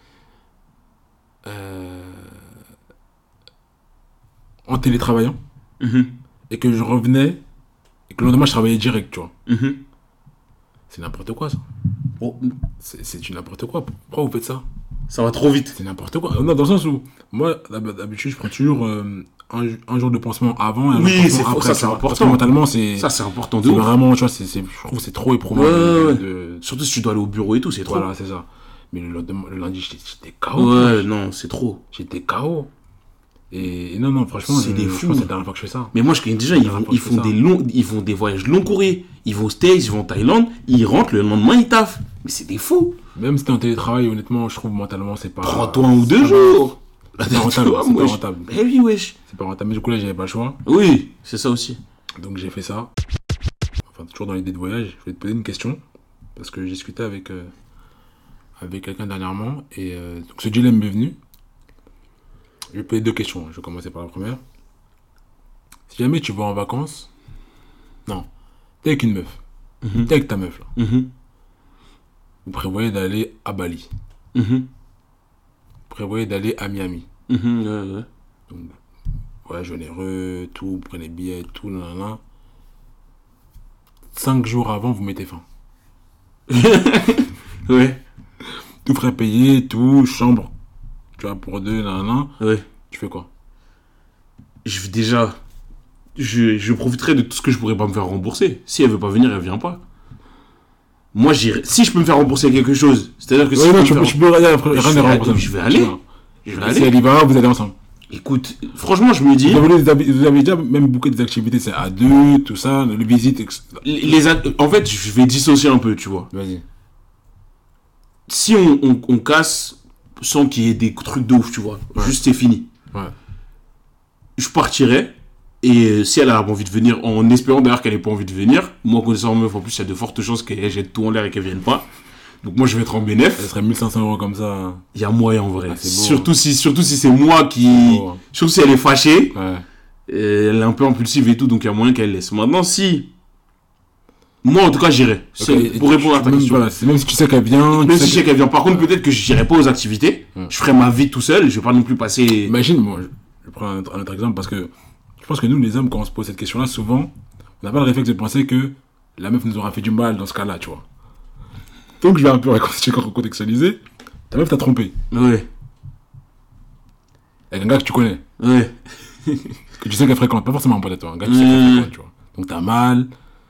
En télétravaillant. Et que je revenais et que le lendemain je travaillais direct, tu vois. C'est n'importe quoi ça. C'est du n'importe quoi. Pourquoi vous faites ça? Ça va trop vite. C'est n'importe quoi. Non, dans le sens où moi d'habitude je prends toujours un jour de pansement avant et un jour de pansement après. Ça c'est important. Parce que mentalement c'est important de ouf. Vraiment, tu vois, je trouve que c'est trop éprouvant. Surtout si tu dois aller au bureau et tout, c'est trop. Voilà, c'est ça. Mais le lundi j'étais KO. Ouais, non, c'est trop. J'étais KO. Et non, franchement, c'est des fous. C'est la dernière fois que je fais ça. Mais moi, je connais déjà, ils font des voyages long courriers. Ils vont aux States, ils vont en Thaïlande, ils rentrent, le lendemain, ils taffent. Mais c'est des fous. Même si t'es en télétravail, honnêtement, je trouve mentalement, c'est pas... Prends-toi 1 ou 2 jours. C'est pas rentable, c'est pas rentable. Eh oui, wesh. C'est pas rentable. Mais du coup, là, j'avais pas le choix. Oui, c'est ça aussi. Donc, j'ai fait ça. Enfin, toujours dans l'idée de voyage, je vais te poser une question. Parce que j'ai discuté avec quelqu'un dernièrement. Et donc, ce dilemme m'est venu. Je vais poser 2 questions. Je vais commencer par la première. Si jamais tu vas en vacances, non, t'es avec une meuf, t'es avec ta meuf là. Vous prévoyez d'aller à Bali. Vous prévoyez d'aller à Miami. Ouais. Donc, voyage onéreux, tout, vous prenez billets, tout, nanana. 5 jours avant, vous mettez fin. Ouais. Tout frais payé, tout, chambre. Tu vois, pour 2, nanana. Ouais. Tu fais quoi? Je profiterai de tout ce que je pourrais pas me faire rembourser. Si elle veut pas venir, elle vient pas. Moi, j'irai. Si je peux me faire rembourser quelque chose, c'est-à-dire que si Ouais, non, je tu peux rien rembourser. je vais aller. Je vais aller. Si elle y va, vous allez ensemble. Écoute, franchement, je me dis. Vous avez déjà même booké des activités, c'est à deux, tout ça, les visites. En fait, je vais dissocier un peu, tu vois. Vas-y. Si on casse sans qu'il y ait des trucs de ouf, tu vois. Ouais. Juste c'est fini. Ouais. Je partirai. Et si elle a envie de venir, en espérant d'ailleurs qu'elle n'ait pas envie de venir, moi connaissant ma meuf, en plus, il y a de fortes chances qu'elle jette tout en l'air et qu'elle vienne pas. Donc moi, je vais être en bénéf. Elle serait 1500 € comme ça. Il y a moyen en vrai. Ah, c'est beau, surtout si c'est moi qui. Beau, hein. Surtout si elle est fâchée. Ouais. Elle est un peu impulsive et tout, donc il y a moyen qu'elle laisse. Maintenant, si. Moi, en tout cas, j'irai. Okay, Pour répondre à ta question. Voilà, même si tu sais qu'elle vient. Même si je sais qu'elle vient. Par contre, peut-être que je n'irai pas aux activités. Ouais. Je ferai ma vie tout seul. Je vais pas non plus passer. Imagine, moi, je prends un autre exemple parce que je pense que nous, les hommes, quand on se pose cette question-là, souvent, on n'a pas le réflexe de penser que la meuf nous aura fait du mal dans ce cas-là, tu vois. Donc, je vais un peu recontextualiser. Ta meuf t'a trompé. Ouais. Avec un gars que tu connais. Ouais. Que tu sais qu'elle fréquente. Pas forcément un pote à toi. Un gars que tu sais qu'elle fréquente, tu vois. Donc, t'as mal.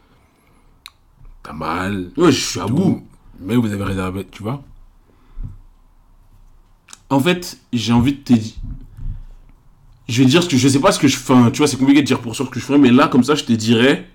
Ouais, je suis à bout. Mais vous avez réservé, tu vois. En fait, j'ai envie de te dire. Je vais dire ce que je sais pas ce que je fais. Tu vois, c'est compliqué de dire pour sûr ce que je ferais, mais là, comme ça, je te dirais.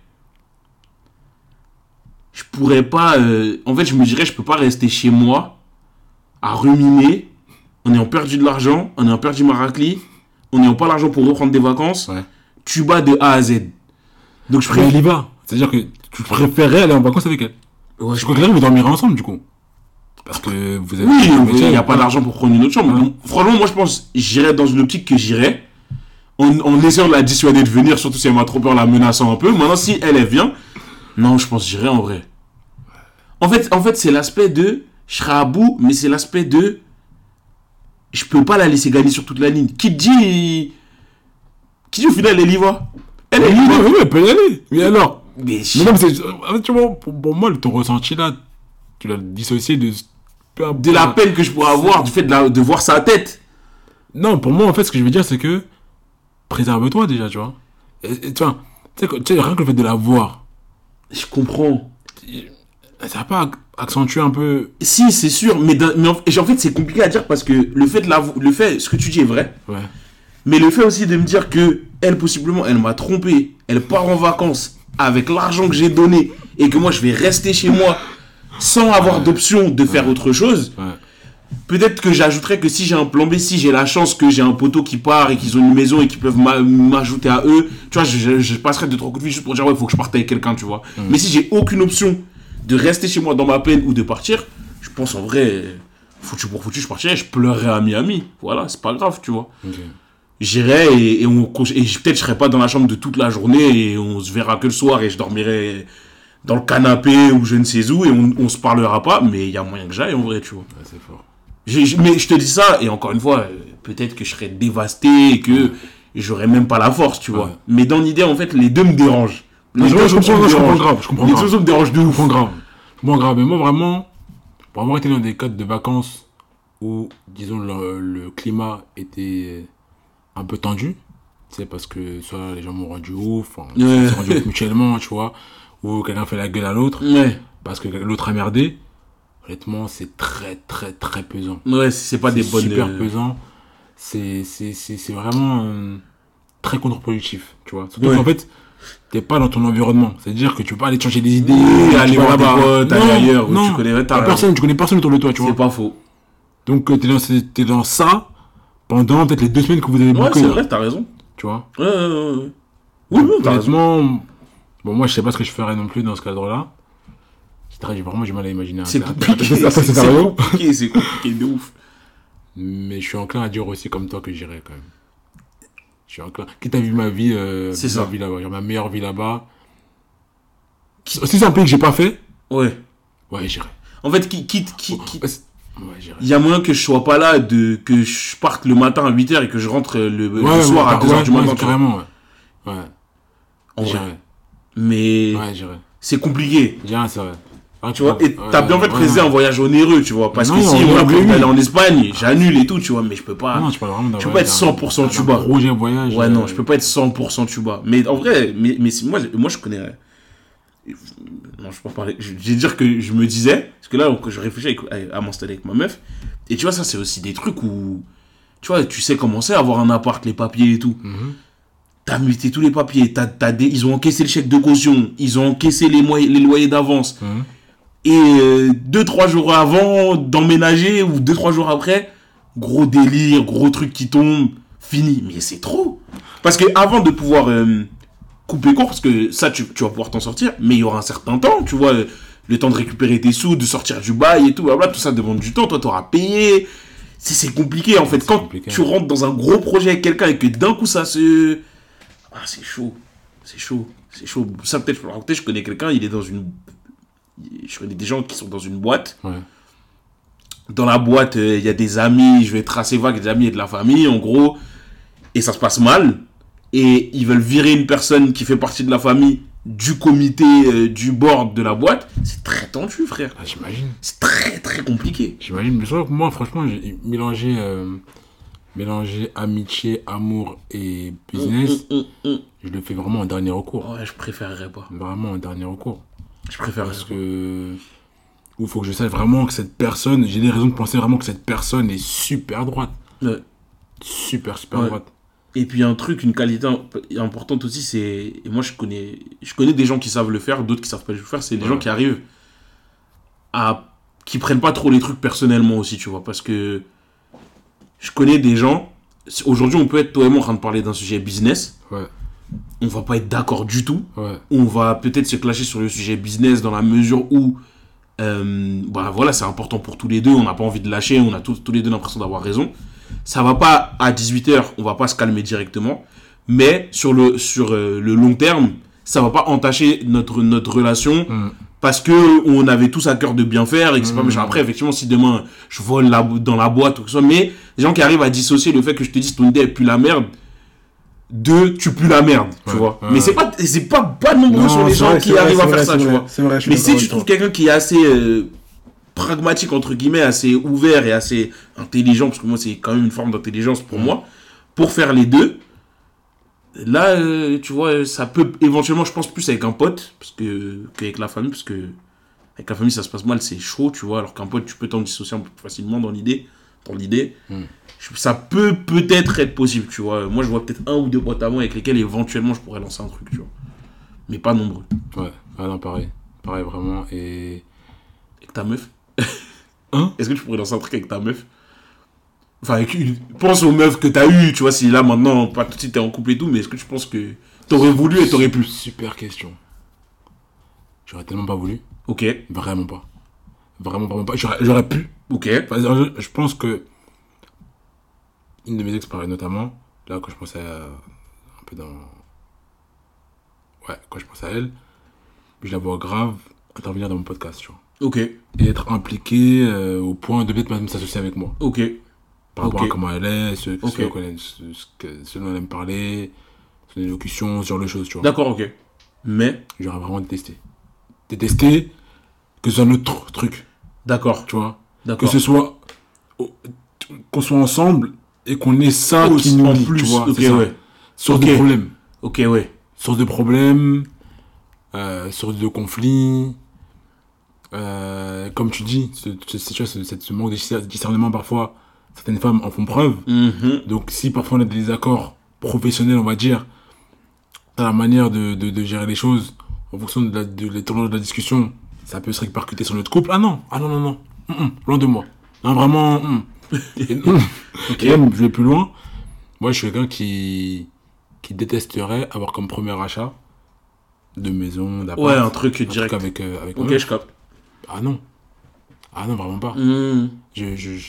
Je pourrais pas. En fait, je me dirais, je peux pas rester chez moi à ruminer en ayant perdu de l'argent, en ayant perdu ma raclie, en n'ayant pas l'argent pour reprendre des vacances. Ouais. Tu bats de A à Z. Donc, je Mais préfère. elle y va. C'est-à-dire que tu préférerais aller en vacances avec elle. Ouais, Je crois que là, vous dormirez ensemble, du coup. Parce que vous avez. Oui, il n'y a pas d'argent pour prendre une autre chambre. Donc, franchement, moi, je pense j'irais dans une optique que j'irais en essayant de la dissuader de venir, surtout si elle m'a trop peur, la menaçant un peu. Maintenant, si elle vient, non, je pense j'irais en vrai. En fait, c'est l'aspect de je serai à bout, mais c'est l'aspect de je peux pas la laisser gagner sur toute la ligne. Qui dit au final elle y va. Elle y va. Oui, elle peut y aller. Mais alors. Mais Mais non, mais c'est. En fait, tu vois, pour moi, ton ressenti là, tu l'as dissocié de. de la peine que je pourrais avoir du fait de voir sa tête. Non, pour moi, en fait, ce que je veux dire, c'est que. Préserve-toi déjà, tu vois. Et, tu vois, tu sais, rien que le fait de la voir, Je comprends. ça va pas accentuer un peu. Si, c'est sûr, mais en fait, c'est compliqué à dire parce que ce que tu dis est vrai, Ouais. mais le fait aussi de me dire que elle, possiblement, elle m'a trompé, elle part en vacances avec l'argent que j'ai donné et que moi, je vais rester chez moi sans avoir d'option de faire autre chose, Ouais. peut-être que j'ajouterais que si j'ai un plan B, si j'ai la chance que j'ai un poteau qui part et qu'ils ont une maison et qu'ils peuvent m'ajouter à eux, tu vois, je passerais 2-3 coups de fil juste pour dire, ouais, il faut que je parte avec quelqu'un, tu vois. Mais si j'ai aucune option de rester chez moi dans ma peine ou de partir, je pense en vrai, foutu pour foutu, je partirais, je pleurerais à Miami. Voilà, c'est pas grave, tu vois. Ok. J'irai et peut-être je serai pas dans la chambre de toute la journée et on se verra que le soir et je dormirai dans le canapé ou je ne sais où et on se parlera pas, mais il y a moyen que j'aille en vrai, tu vois. Ouais, c'est fort. Mais je te dis ça, et encore une fois, peut-être que je serais dévasté et que j'aurais même pas la force, tu vois. Ouais. Mais dans l'idée, en fait, les deux me dérangent. Les Je deux options me comprends dérangent. grave. Je comprends Les grave. deux options me dérangent de Je ouf. comprends grave. Je comprends grave. Mais moi, vraiment, pour avoir été dans des cadres de vacances où, disons, le climat était un peu tendu, tu sais, parce que soit les gens m'ont rendu ouf, enfin, Ouais. ils se sont rendus ouf mutuellement, tu vois, ou quelqu'un fait la gueule à l'autre, Ouais. parce que l'autre a merdé. Honnêtement, c'est très, très, très pesant. Ouais, c'est pas des bonnes. Super pesant. C'est vraiment très contre-productif, tu vois. Surtout Ouais. qu'en fait, t'es pas dans ton environnement. C'est-à-dire que tu peux pas aller te changer des idées, Oui, aller tu vas voir des là-bas. potes, aller ailleurs, où tu connais- t'as raison. tu connais personne autour de toi, tu vois. C'est pas faux. Donc t'es dans ça pendant peut-être les 2 semaines que vous avez Ouais, bouclé, c'est là, vrai, t'as raison. tu vois. Ouais, ouais, ouais. Oui, oui, t'as raison. Honnêtement, bon, moi je sais pas ce que je ferais non plus dans ce cadre-là. J'ai vraiment du mal à imaginer C'est un compliqué. certain C'est scénario. compliqué, c'est compliqué de ouf. Mais je suis enclin à dire aussi comme toi que j'irai quand même. Je suis enclin. Quitte à vivre ma vie, C'est ça. ma vie là-bas, genre ma meilleure vie là-bas. Si c'est un pays que j'ai pas fait, Ouais. ouais, j'irai. En fait, Ouais, j'irai. il y a moyen que je sois pas là, que je parte le matin à 8h et que je rentre le Ouais, soir à 2h du matin. tu vois. carrément, ouais. Ouais. En vrai. J'irai. Mais Ouais, j'irai. c'est compliqué. J'irai, c'est vrai. Ah, Tu vois, et ouais, t'as bien fait de préciser un voyage onéreux, tu vois. Parce Non, que si non, moi, oui, après oui. d'aller en Espagne, j'annule et tout, tu vois. Mais je peux pas. Non, tu parles vraiment d'un Je peux voyage, pas être 100% d'un tuba. projet voyage. Ouais, non, je peux pas être 100% tuba. Mais en vrai, moi je connais. Non, je peux pas parler. Je vais dire que je me disais, parce que là, quand je réfléchis à m'installer avec ma meuf, et tu vois, ça, c'est aussi des trucs où, tu vois, tu sais comment c'est avoir un appart, les papiers et tout. T'as muté tous les papiers, ils ont encaissé le chèque de caution, ils ont encaissé les loyers d'avance. Et 2-3 jours avant d'emménager, ou 2-3 jours après, gros délire, gros truc qui tombe, fini. Mais c'est trop. Parce que avant de pouvoir couper court, parce que ça, tu vas pouvoir t'en sortir, mais il y aura un certain temps, tu vois, le temps de récupérer tes sous, de sortir du bail et tout, tout ça demande du temps, toi, t'auras payé. C'est compliqué, en fait. Quand compliqué. Tu rentres dans un gros projet avec quelqu'un et que d'un coup, ça se... Ah, c'est chaud. C'est chaud. Ça, peut-être, je peux le raconter, je connais quelqu'un, il est dans une... Je connais des gens qui sont dans une boîte. Ouais. Dans la boîte, il y a des amis, je vais être assez vague, des amis et de la famille, en gros. Et ça se passe mal. Et ils veulent virer une personne qui fait partie de la famille du comité, du board de la boîte. C'est très tendu, frère. Ah, j'imagine. C'est très, très compliqué. J'imagine. Mais c'est vrai que moi, franchement, j'ai mélangé amitié, amour et business. Je le fais vraiment en dernier recours. Ouais, je préférerais pas. Vraiment en dernier recours. Je préfère parce que il faut que je sache vraiment que cette personne, j'ai des raisons de penser vraiment que cette personne est super droite. Ouais. Super droite. Et puis un truc, une qualité importante aussi, c'est, et moi je connais des gens qui savent le faire, d'autres qui savent pas le faire, c'est des gens qui arrivent qui prennent pas trop les trucs personnellement aussi, tu vois, parce que je connais des gens, aujourd'hui on peut être toi et moi en train de parler d'un sujet business. Ouais. On va pas être d'accord du tout. Ouais. On va peut-être se clasher sur le sujet business dans la mesure où voilà, c'est important pour tous les deux, on n'a pas envie de lâcher, on a tous les deux l'impression d'avoir raison. Ça va pas à 18h, on va pas se calmer directement, mais sur le long terme, ça va pas entacher notre relation parce que on avait tous à cœur de bien faire et que c'est pas méchant. Après, effectivement, si demain je vole dans la boîte ou que ce soit, mais les gens qui arrivent à dissocier le fait que je te dise ton idée elle pue la merde de tu pues la merde, tu vois. Mais c'est pas nombreux sur les gens qui arrivent à faire ça, tu vois. C'est vrai, mais si tu trouves quelqu'un qui est assez pragmatique entre guillemets, assez ouvert et assez intelligent, parce que moi c'est quand même une forme d'intelligence pour moi, pour faire les deux, là tu vois, ça peut éventuellement, je pense, plus avec un pote qu'avec la famille, parce que avec la famille ça se passe mal, c'est chaud, tu vois, alors qu'un pote tu peux t'en dissocier un peu plus facilement dans l'idée. Ça peut peut-être être possible, tu vois. Moi je vois peut-être un ou deux potes à moi avec lesquels éventuellement je pourrais lancer un truc, tu vois, mais pas nombreux. Ouais, non, pareil vraiment. Et avec ta meuf hein? Est-ce que tu pourrais lancer un truc avec ta meuf? Enfin, pense aux meufs que t'as eues, tu vois, si là maintenant, pas tout de suite t'es en couple et tout, mais est-ce que tu penses que t'aurais voulu et t'aurais pu? Super question. J'aurais tellement pas voulu. Ok. Vraiment pas. Vraiment pas. J'aurais pu. Ok. Enfin, je pense que une de mes ex-pareilles notamment, là quand je pensais un peu dans... Ouais, quand je pense à elle, je la vois grave intervenir dans mon podcast, tu vois. Ok. Et être impliqué au point de peut-être même s'associer avec moi. Ok. Par rapport à comment elle est, ce dont elle aime parler, son élocution, ce genre de choses, tu vois. D'accord, ok. Mais j'aurais vraiment détesté. Détesté que ce soit un autre truc. D'accord. Tu vois. D'accord. Que ce soit... qu'on soit ensemble et qu'on ait ça qui nous lie, tu vois. Ok, ouais. Source de problème. Ok, ouais. Source de problème, source de conflit... comme tu dis, ce manque de discernement parfois, certaines femmes en font preuve. Donc si parfois on a des désaccords professionnels, on va dire, dans la manière de gérer les choses, en fonction de l'étendue de la discussion, ça peut se répercuter sur notre couple. Ah non. Loin de moi. Non, vraiment. Ok. Et même, je vais plus loin. Moi, je suis quelqu'un qui détesterait avoir comme premier achat de maison, d'appart. Ouais, un truc direct. Avec ok, je capte. Ah non, vraiment pas. Je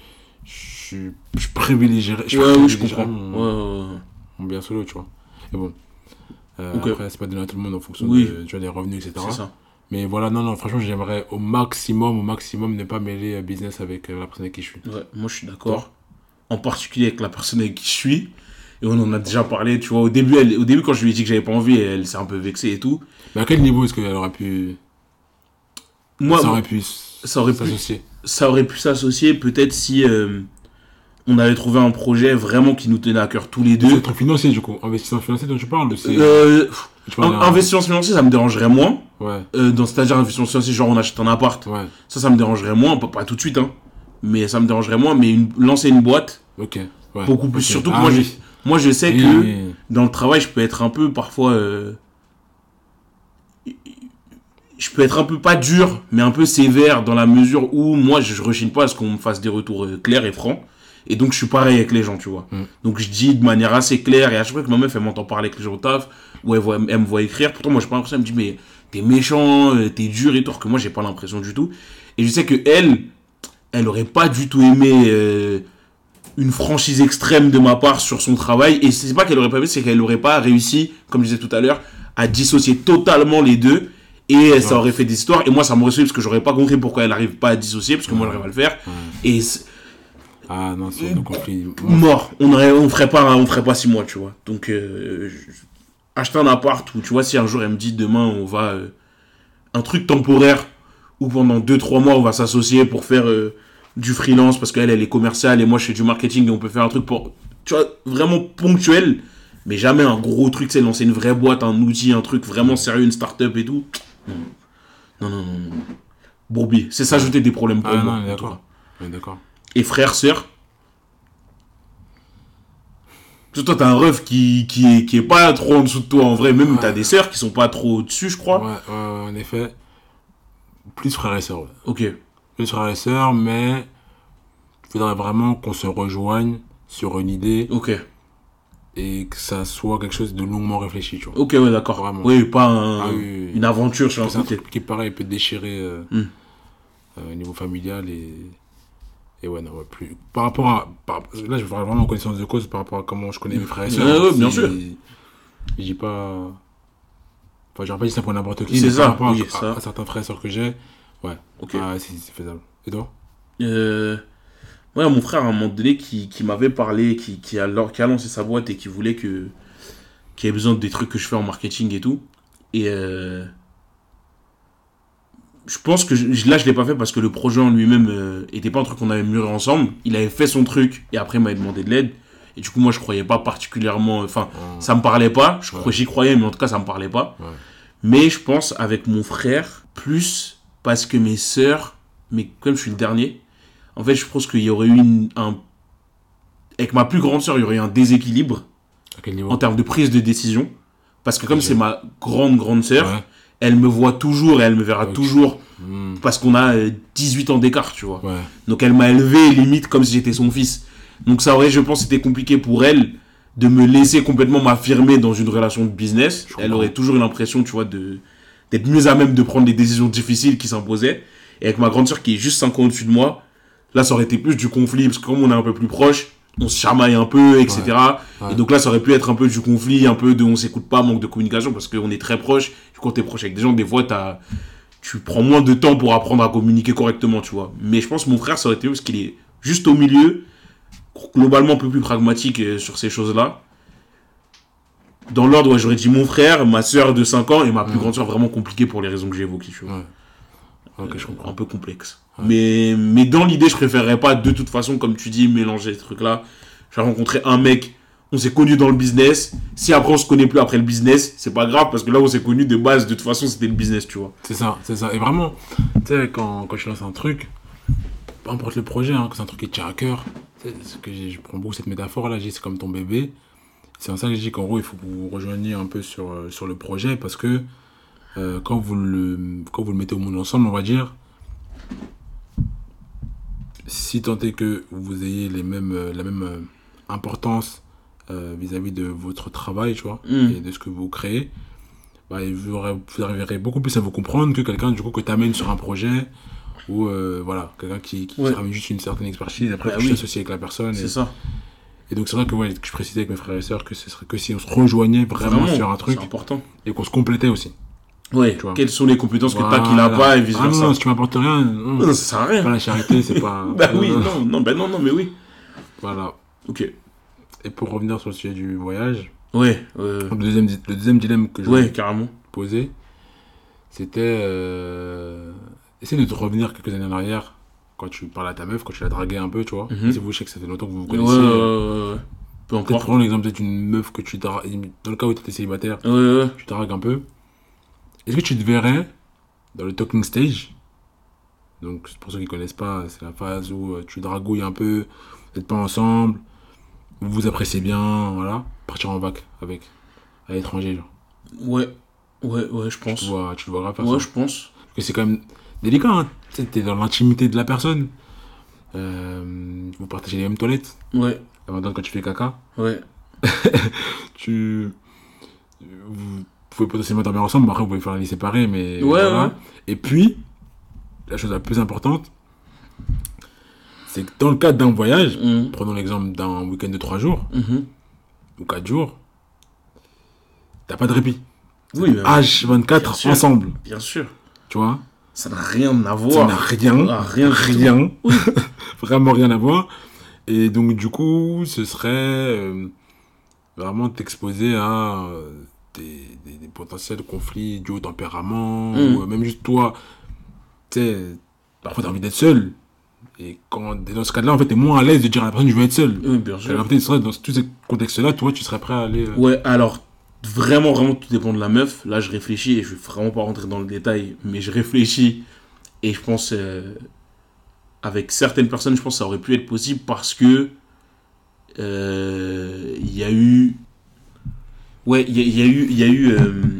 privilégierais. Oui, je comprends. Mon bien solo, tu vois. Et bon. Après, c'est pas donné à tout le monde en fonction des revenus, etc. C'est ça. Mais voilà, non, franchement, j'aimerais au maximum ne pas mêler business avec la personne avec qui je suis. Ouais, moi je suis d'accord. En particulier avec la personne avec qui je suis. Et on en a déjà parlé, tu vois. Au début, quand je lui ai dit que j'avais pas envie, elle s'est un peu vexée et tout. Mais à quel niveau est-ce qu'elle aurait pu... ça aurait pu s'associer. Ça aurait pu s'associer peut-être si on avait trouvé un projet vraiment qui nous tenait à cœur tous les deux. C'est un truc financier, du coup. Investissement financier dont tu parles. Investissement financier, ça me dérangerait moins. Ouais. C'est-à-dire investissement financier, genre on achète un appart. Ouais. Ça me dérangerait moins, pas tout de suite, hein. Mais ça me dérangerait moins, mais lancer une boîte, Ok. Ouais. beaucoup plus. Ok. Surtout que Oui. moi, je sais Oui, que oui. dans le travail, je peux être un peu parfois. Je peux être un peu pas dur, mais un peu sévère dans la mesure où moi, je rechigne pas à ce qu'on me fasse des retours clairs et francs. Et donc, je suis pareil avec les gens, tu vois. Donc, je dis de manière assez claire, et à chaque fois que ma meuf, elle m'entend parler avec les gens au taf, ou elle me voit écrire, pourtant, moi, j'ai pas l'impression, elle me dit, mais t'es méchant, t'es dur et tout, alors que moi, j'ai pas l'impression du tout. Et je sais que elle aurait pas du tout aimé une franchise extrême de ma part sur son travail. Et c'est pas qu'elle aurait pas aimé, c'est qu'elle aurait pas réussi, comme je disais tout à l'heure, à dissocier totalement les deux. Et ça aurait fait des histoires. Et moi, ça m'aurait sauvé parce que j'aurais pas compris pourquoi elle arrive pas à dissocier, parce que moi, j'arrive à le faire. Et Ah non, c'est un conflit. mort. On ferait pas 6 mois, tu vois. Donc, acheter un appart où, tu vois, si un jour elle me dit demain, on va. Un truc temporaire où pendant 2-3 mois, on va s'associer pour faire du freelance parce qu'elle, elle est commerciale et moi, je fais du marketing et on peut faire un truc pour. Tu vois, vraiment ponctuel, mais jamais un gros truc, c'est lancer une vraie boîte, un outil, un truc vraiment sérieux, une start-up et tout. Non. Bourbier, c'est s'ajouter des problèmes pour moi. Non, d'accord. D'accord. Et frère, sœur. Toi, t'as un ref qui est pas trop en dessous de toi en vrai. Même t'as des sœurs qui sont pas trop au-dessus, je crois. Ouais, en effet. Plus frères et sœurs, ouais. Ok. Plus frères et sœurs, mais il faudrait vraiment qu'on se rejoigne sur une idée Ok. et que ça soit quelque chose de longuement réfléchi, tu vois. Ok, ouais, d'accord. Vraiment. Oui, pas Oui. une aventure sur un C'est un côté. truc qui pareil peut déchirer au niveau familial et ouais, non, ouais, plus. Par rapport à. Là, je vais faire vraiment connaissance de cause par rapport à comment je connais mes frères et sœurs. Ouais, bien sûr. Je dis pas. Enfin, j'aurais pas dit ça pour n'importe qui. C'est mais ça, par rapport oui, à, ça. à certains frères et sœurs que j'ai, ouais. Ok. C'est faisable. Et toi? Ouais, mon frère, à un moment donné, qui m'avait parlé, qui a lancé sa boîte et qui voulait qu'il ait besoin des trucs que je fais en marketing et tout. Et je pense que là, je l'ai pas fait parce que le projet en lui-même était pas un truc qu'on avait mûri ensemble. Il avait fait son truc et après, il m'avait demandé de l'aide. Et du coup, moi, je croyais pas particulièrement. Enfin, ça me parlait pas. J'y croyais, mais en tout cas, ça me parlait pas. Ouais. Mais je pense avec mon frère, plus parce que mes sœurs, mais comme je suis le dernier, en fait, je pense qu'il y aurait eu avec ma plus grande sœur, il y aurait eu un déséquilibre À quel niveau? en termes de prise de décision. Parce que comme c'est ma grande sœur, Ouais. elle me voit toujours et elle me verra Ok. toujours parce qu'on a 18 ans d'écart, tu vois. Ouais. Donc elle m'a élevé limite comme si j'étais son fils. Donc ça aurait, je pense, été compliqué pour elle de me laisser complètement m'affirmer dans une relation de business. Elle aurait toujours eu l'impression, tu vois, d'être mieux à même de prendre les décisions difficiles qui s'imposaient. Et avec ma grande sœur qui est juste 5 ans au-dessus de moi, là ça aurait été plus du conflit parce que comme on est un peu plus proche, on se chamaille un peu, etc. Ouais. Et donc là ça aurait pu être un peu du conflit, un peu de on s'écoute pas, manque de communication parce qu'on est très proche. Quand t'es proche avec des gens, des fois tu prends moins de temps pour apprendre à communiquer correctement, tu vois. Mais je pense que mon frère ça aurait été parce qu'il est juste au milieu, globalement un peu plus pragmatique sur ces choses-là. Dans l'ordre, ouais, j'aurais dit mon frère, ma soeur de 5 ans et ma plus grande soeur vraiment compliquée pour les raisons que j'ai évoquées, tu vois. Ouais. Ok, je comprends. Un peu complexe. Ouais. Mais dans l'idée, je préférerais pas, de toute façon, comme tu dis, mélanger ces trucs-là. J'ai rencontré un mec, on s'est connus dans le business. Si après on se connaît plus après le business, c'est pas grave parce que là on s'est connus de base, de toute façon, c'était le business, tu vois. C'est ça. Et vraiment, tu sais, quand je lance un truc, peu importe le projet, hein, que c'est un truc qui te tient à cœur, je prends beaucoup cette métaphore-là, je dis c'est comme ton bébé. C'est en ça que je dis qu'en gros, il faut que vous rejoigniez un peu sur le projet parce que quand vous le mettez au monde ensemble, on va dire, si tant est que vous ayez la même importance vis-à-vis de votre travail, tu vois, et de ce que vous créez, bah, vous arriverez beaucoup plus à vous comprendre que quelqu'un du coup que tu amènes sur un projet ou voilà, quelqu'un qui ramène juste une certaine expertise, après tu t'associes avec la personne. C'est ça. Et donc c'est vrai que je précisais avec mes frères et sœurs que ce serait que si on se rejoignait vraiment sur un truc, c'est important. Et qu'on se complétait aussi. Ouais, tu vois. Quelles sont les compétences que t'as qu'il a pas et vice versa. Non, si tu m'apportes rien, non, ça sert à rien. Pas la charité, c'est pas. Bah oui, non, mais oui. Voilà. Ok. Et pour revenir sur le sujet du voyage. Ouais. Le deuxième dilemme que je voulais poser, c'était essayer de te revenir quelques années en arrière quand tu parles à ta meuf, quand tu l'as draguée un peu, tu vois. Si vous, je sais que ça fait longtemps que vous vous connaissez. Ouais. peu Peut-être importe. prendre l'exemple d'être une meuf que tu dragues, dans le cas où tu étais célibataire, Ouais. tu dragues un peu. Est-ce que tu te verrais dans le talking stage? Donc, pour ceux qui connaissent pas, c'est la phase où tu dragouilles un peu, vous n'êtes pas ensemble, vous vous appréciez bien, voilà. Partir en vac avec, à l'étranger, genre. Ouais, je pense. Tu te vois grave faire Ouais, ça. je pense. Parce que c'est quand même délicat, hein. Tu sais, t'es dans l'intimité de la personne. Vous partagez les mêmes toilettes. Ouais, La maintenant, quand tu fais caca, ouais. vous pouvez potentiellement dormir ensemble, mais après, vous pouvez faire les séparer, mais. Ouais, voilà. ouais. Et puis, la chose la plus importante, c'est que dans le cadre d'un voyage, Mhm. prenons l'exemple d'un week-end de 3 jours Mhm. ou 4 jours, t'as pas de répit. Oui, mais H24 bien sûr. ensemble, bien sûr. tu vois. Ça n'a rien à Ça voir. n'a rien, Ah, rien du rien, vraiment rien à voir. Et donc, du coup, ce serait vraiment t'exposer à des potentiels conflits dus au tempérament, ou même juste toi, tu sais, parfois t'as envie d'être seul. Et quand dans ce cas-là, en fait, t'es moins à l'aise de dire à la personne je veux être seul. Oui, bien Alors, sûr. peut-être dans tous ces contextes-là, toi, tu serais prêt à aller. Ouais, alors, vraiment, tout dépend de la meuf. Là, je réfléchis et je vais vraiment pas rentrer dans le détail, mais je réfléchis et je pense, avec certaines personnes, je pense que ça aurait pu être possible parce que il y a eu. Ouais, il y a eu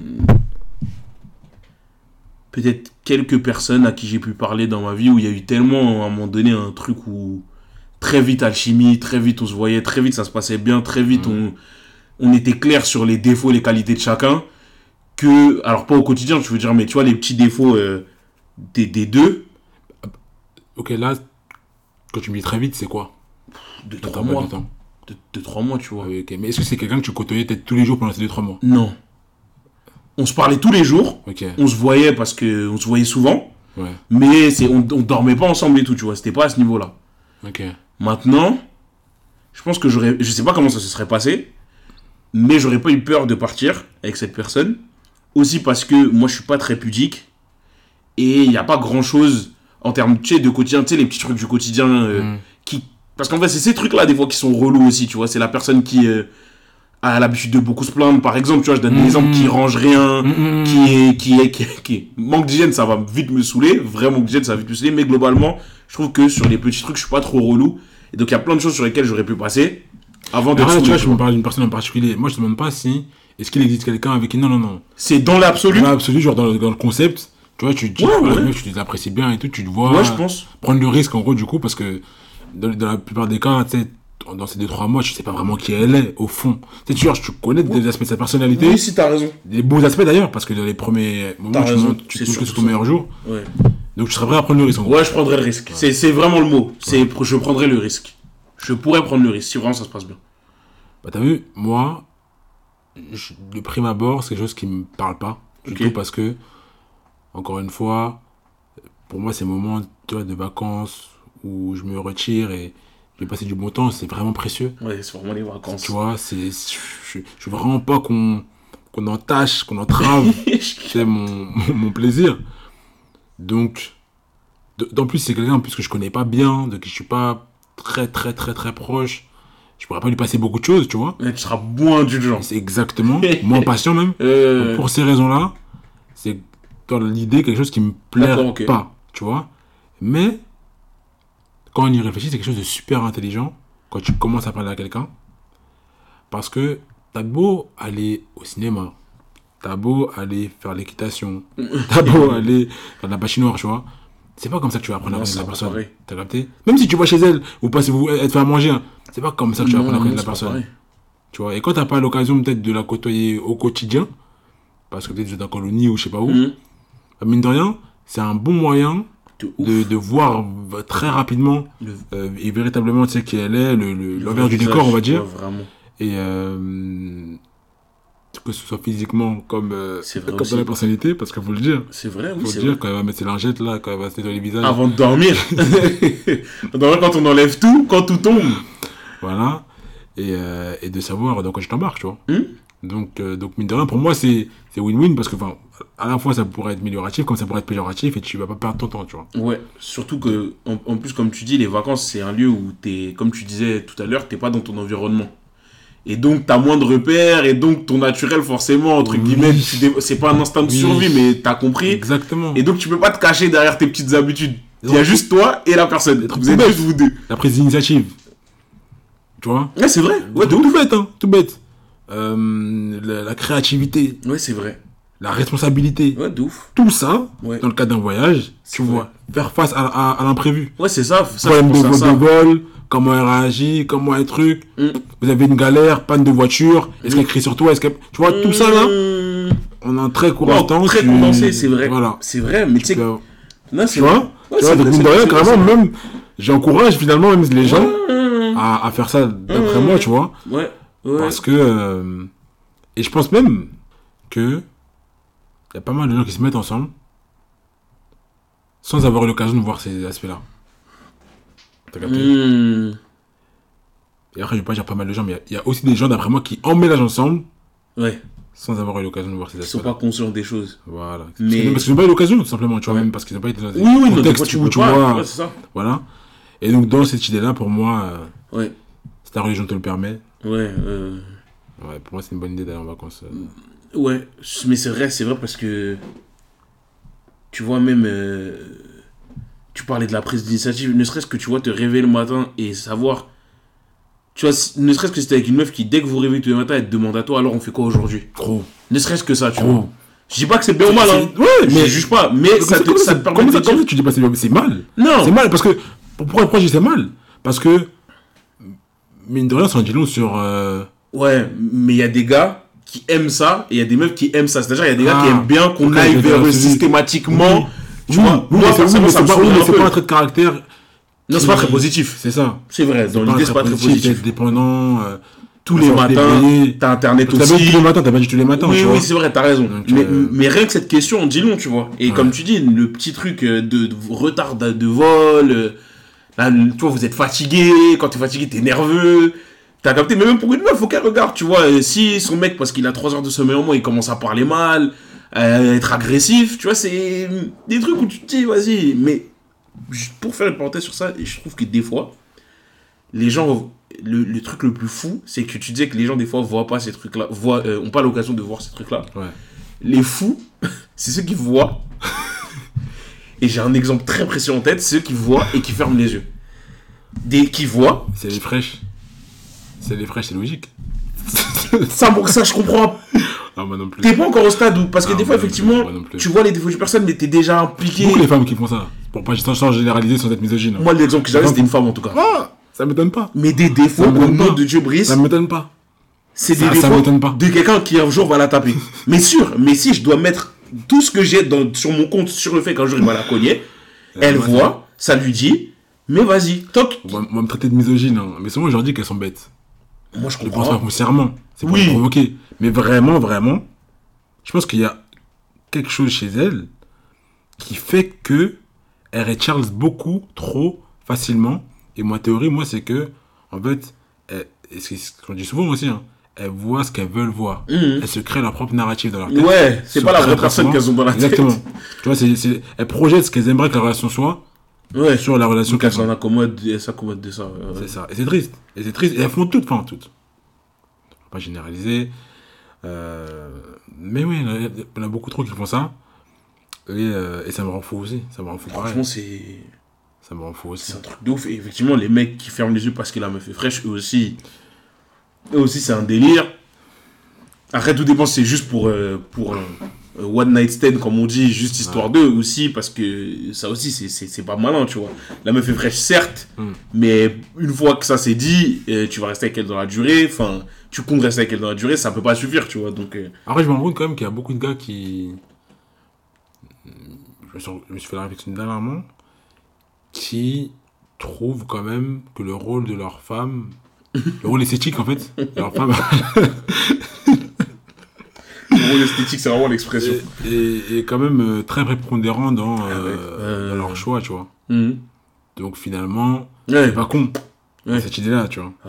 peut-être quelques personnes à qui j'ai pu parler dans ma vie où il y a eu tellement, à un moment donné, un truc où très vite alchimie, très vite on se voyait, très vite ça se passait bien, très vite on était clair sur les défauts et les qualités de chacun, que, alors pas au quotidien, je veux dire, mais tu vois, les petits défauts des deux, Ok, là, quand tu me dis très vite, c'est quoi? de Attends, 3 pas mois. de temps. De 3 mois, tu vois. Ah oui, ok. Mais est-ce que c'est quelqu'un que tu côtoyais peut-être tous les jours pendant ces 2-3 mois? Non. On se parlait tous les jours, Ok, on se voyait parce que on se voyait souvent, ouais, mais on dormait pas ensemble et tout, tu vois, c'était pas à ce niveau-là. ok. Maintenant, je pense que je sais pas comment ça se serait passé, mais j'aurais pas eu peur de partir avec cette personne. Aussi parce que moi je suis pas très pudique et il y a pas grand chose en termes, tu sais, de quotidien, tu sais, les petits trucs du quotidien qui. Parce qu'en fait, c'est ces trucs-là des fois qui sont relous aussi, tu vois. C'est la personne qui a l'habitude de beaucoup se plaindre, par exemple, tu vois, je donne des exemples qui range rien, qui manque d'hygiène, ça va vite me saouler, vraiment manque d'hygiène, ça va vite me saouler, mais globalement, je trouve que sur les petits trucs, je suis pas trop relou. Et donc, il y a plein de choses sur lesquelles j'aurais pu passer avant de Mais là, tu vois, je me vois. parle d'une personne en particulier. Moi, je te demande pas si. Est-ce qu'il existe quelqu'un avec qui. Non, non, non. C'est dans l'absolu. Dans l'absolu, genre dans le concept, tu vois, tu te dis, Ouais, voilà, ouais. mec, tu les apprécies bien et tout, tu te vois. Ouais, je pense. Prendre le risque, en gros, du coup, parce que dans la plupart des cas, tu sais, dans ces 2-3 mois, tu sais pas vraiment qui elle est, au fond. Tu sais, tu connais des aspects de sa personnalité, Oui, si t'as raison. des bons aspects d'ailleurs, parce que dans les premiers moments, T'as raison, tu c'est te montres que surtout c'est ton ça. meilleur jour. Ouais. Donc, tu serais prêt à prendre le risque, en gros. Ouais, je prendrais le risque. C'est vraiment le mot. Je prendrais le risque. Je pourrais prendre le risque si vraiment ça se passe bien. Bah, t'as vu, moi, de prime abord, c'est quelque chose qui me parle pas. Du Ok. tout parce que, encore une fois, pour moi, ces moments, tu vois, de vacances où je me retire et je vais passer du bon temps, c'est vraiment précieux. Ouais, c'est vraiment les vacances. Tu vois, je veux vraiment pas qu'on entache, qu'on entrave tu sais, mon plaisir. Donc, d'en plus, c'est quelqu'un en plus que je connais pas bien, de qui je suis pas très, très, très, très proche. Je pourrais pas lui passer beaucoup de choses, tu vois. Mais tu seras moins indulgent. C'est exactement, moins patient même. Donc, Euh, pour ces raisons-là, c'est dans l'idée quelque chose qui me plaît D'accord, ok. pas, tu vois. Mais, quand on y réfléchit, c'est quelque chose de super intelligent quand tu commences à parler à quelqu'un. Parce que t'as beau aller au cinéma, t'as beau aller faire l'équitation, t'as beau aller faire de la patinoire, tu vois. C'est pas comme ça que tu vas apprendre à Non, connaître c'est la pas personne. pareil. T'as capté? Même si tu vas chez elle, ou passez vous être fait à manger, hein, c'est pas comme ça que tu vas apprendre à connaître la c'est pas personne. pareil. Tu vois, et quand t'as pas l'occasion peut-être de la côtoyer au quotidien, parce que peut-être vous êtes en colonie ou je sais pas où, bah, mine de rien, c'est un bon moyen De ouf. de voir très rapidement et véritablement tu sais qui elle est, l'envers du décor, on va dire. Ouais, vraiment. Et que ce soit physiquement comme, C'est vrai comme aussi. dans la personnalité, parce qu'il faut le dire. C'est vrai, oui, Faut c'est le dire, vrai. quand elle va mettre ses lingettes là, quand elle va se nettoyer les visages. Avant de dormir. Quand on enlève tout, quand tout tombe. Voilà. Et de savoir dans quoi je t'embarque, tu vois. Hmm. Donc, mine de rien, pour moi, c'est win-win parce que, enfin, à la fois, ça pourrait être amélioratif comme ça pourrait être péjoratif et tu vas pas perdre ton temps, tu vois. Ouais, surtout que, en plus, comme tu dis, les vacances, c'est un lieu où t'es, comme tu disais tout à l'heure, t'es pas dans ton environnement. Et donc, t'as moins de repères, et donc ton naturel, forcément, entre guillemets, c'est pas un instinct de survie, mais t'as compris. Exactement. Et donc, tu peux pas te cacher derrière tes petites habitudes. Il y a juste toi et la personne. Vous êtes juste vous deux. La prise d'initiative. Tu vois? Ouais, c'est vrai. Ouais, tout bête, hein. Tout bête. La créativité. Ouais, c'est vrai. La responsabilité. Ouais, de ouf. Tout ça, Ouais. dans le cadre d'un voyage, tu vois, faire face à l'imprévu. Ouais, c'est ça. Problème de vol, comment elle réagit, comment elle truc. Vous avez une galère, panne de voiture, est-ce qu'elle crie sur toi, est-ce qu'elle... Tu vois, tout ça là, on a un très court temps. Très condensé, c'est vrai. Voilà. C'est vrai, mais tu sais... Non, c'est tu vois, ouais, tu vois, donc mine de rien, carrément, même, j'encourage finalement même les gens à faire ça d'après moi, tu vois. Ouais. Parce que... et je pense même que il y a pas mal de gens qui se mettent ensemble sans avoir eu l'occasion de voir ces aspects-là. T'as capté? Et après, je vais pas dire pas mal de gens, mais il y a aussi des gens, d'après moi, qui emménagent ensemble sans avoir eu l'occasion de voir ces aspects-là. Ils sont pas conscients des choses. Voilà. Mais... Parce qu'ils n'ont pas eu l'occasion, tout simplement, tu vois, même parce qu'ils n'ont pas été dans des contextes où tu vois... Ouais, c'est ça. Voilà. Et donc, dans cette idée-là, pour moi, si ta religion te le permet... Ouais, pour moi, c'est une bonne idée d'aller en vacances. Ouais, mais c'est vrai parce que tu vois même tu parlais de la prise d'initiative, ne serait-ce que tu vois te réveiller le matin et savoir, tu vois, ne serait-ce que c'était avec une meuf qui dès que vous réveillez tous les matins elle te demande à toi alors on fait quoi aujourd'hui, ne serait-ce que ça, tu vois. Je dis pas que c'est bien ou mal, hein. Ouais, mais je juge pas, mais ça te permet de dire... Comment tu dis pas c'est mal? Non, c'est mal parce que pourquoi je dis c'est mal? Parce que mine de rien ça en dit long sur ouais, mais il y a des gars qui aiment ça et il y a des meufs qui aiment ça. C'est-à-dire il y a des gars qui aiment bien qu'on aille vers eux systématiquement. Tu vois, moi forcément ça me saoule un peu. C'est pas un trait de caractère. Non, c'est pas très positif. C'est ça. C'est vrai, dans l'idée c'est pas très positif. D'être dépendant tous les matins, t'as internet aussi. Tous les matins, t'as pas dit tous les matins. Oui, c'est vrai, t'as raison. Mais rien que cette question, on dit long, tu vois. Et comme tu dis, le petit truc de retard de vol, là, tu vois, vous êtes fatigué, quand t'es fatigué, t'es nerveux. T'as capté, mais même pour une meuf, faut qu'elle regarde, tu vois. Si son mec, parce qu'il a 3 heures de sommeil en moins, il commence à parler mal, à être agressif, tu vois, c'est des trucs où tu te dis, vas-y. Mais pour faire une parenthèse sur ça, je trouve que des fois, les gens, le truc le plus fou, c'est que tu disais que les gens, des fois, voient pas ces trucs-là, ont pas l'occasion de voir ces trucs-là. Ouais. Les fous, c'est ceux qui voient. Et j'ai un exemple très précis en tête, c'est ceux qui voient et qui ferment les yeux. Qui voient. C'est les fraîches. C'est les fraîches, c'est logique. Ça, pour ça, je comprends. Ah, moi non plus. T'es pas encore au stade où, parce que des fois, effectivement, tu vois les défauts de personne, mais t'es déjà impliqué. Beaucoup les femmes qui font ça. Pour pas sans généraliser, sans être misogyne. Moi, l'exemple que j'avais, c'était une femme en tout cas. Ah, ça m'étonne pas. Mais des défauts, au nom de Dieu Brice. Ça m'étonne pas. C'est des défauts de quelqu'un qui un jour va la taper. Mais sûr, mais si je dois mettre tout ce que j'ai sur mon compte sur le fait qu'un jour il va la cogner, elle voit, ça lui dit, mais vas-y, toc. On va me traiter de misogyne, hein. Mais souvent je leur dis qu'elles sont bêtes. Moi je comprends. Je pense pas foncièrement. C'est pour les provoquer. Mais vraiment, je pense qu'il y a quelque chose chez elles qui fait que elles recharge beaucoup trop facilement. Et ma théorie, c'est que, en fait, et ce qu'on dit souvent aussi, hein, elles voient ce qu'elles veulent voir. Elles se créent leur propre narrative dans leur tête. Ouais, c'est pas la vraie personne qu'elles ont dans la tête. Exactement. Tu vois, elles projettent ce qu'elles aimeraient que la relation soit sur la relation qu'elles s'en accommodent et elles s'accommodent de ça. C'est ça. Et c'est triste. Et elles font toutes. Faut pas généraliser. Mais oui, il y en a beaucoup trop qui font ça. Et ça me rend fou aussi. Ça me rend fou pareil. Franchement, ça me rend fou aussi. C'est un truc de ouf. Et effectivement, les mecs qui ferment les yeux parce que la meuf est fraîche, eux aussi, c'est un délire. Après, tout dépend, c'est juste pour one night stand, comme on dit, juste histoire d'eux aussi, parce que ça aussi, c'est pas malin, tu vois. La meuf est fraîche, certes, mais une fois que ça c'est dit, tu vas rester avec elle dans la durée, enfin, tu comptes rester avec elle dans la durée, ça peut pas suffire, tu vois, donc... Après, je me rends compte quand même qu'il y a beaucoup de gars qui... Je me suis fait la réflexion dernièrement, qui trouvent quand même que le rôle de leur femme... le rôle esthétique, en fait, de leur femme... Le rôle esthétique, c'est vraiment l'expression. Et quand même très prépondérant dans leur choix, tu vois. Donc finalement, c'est pas con, cette idée-là, tu vois.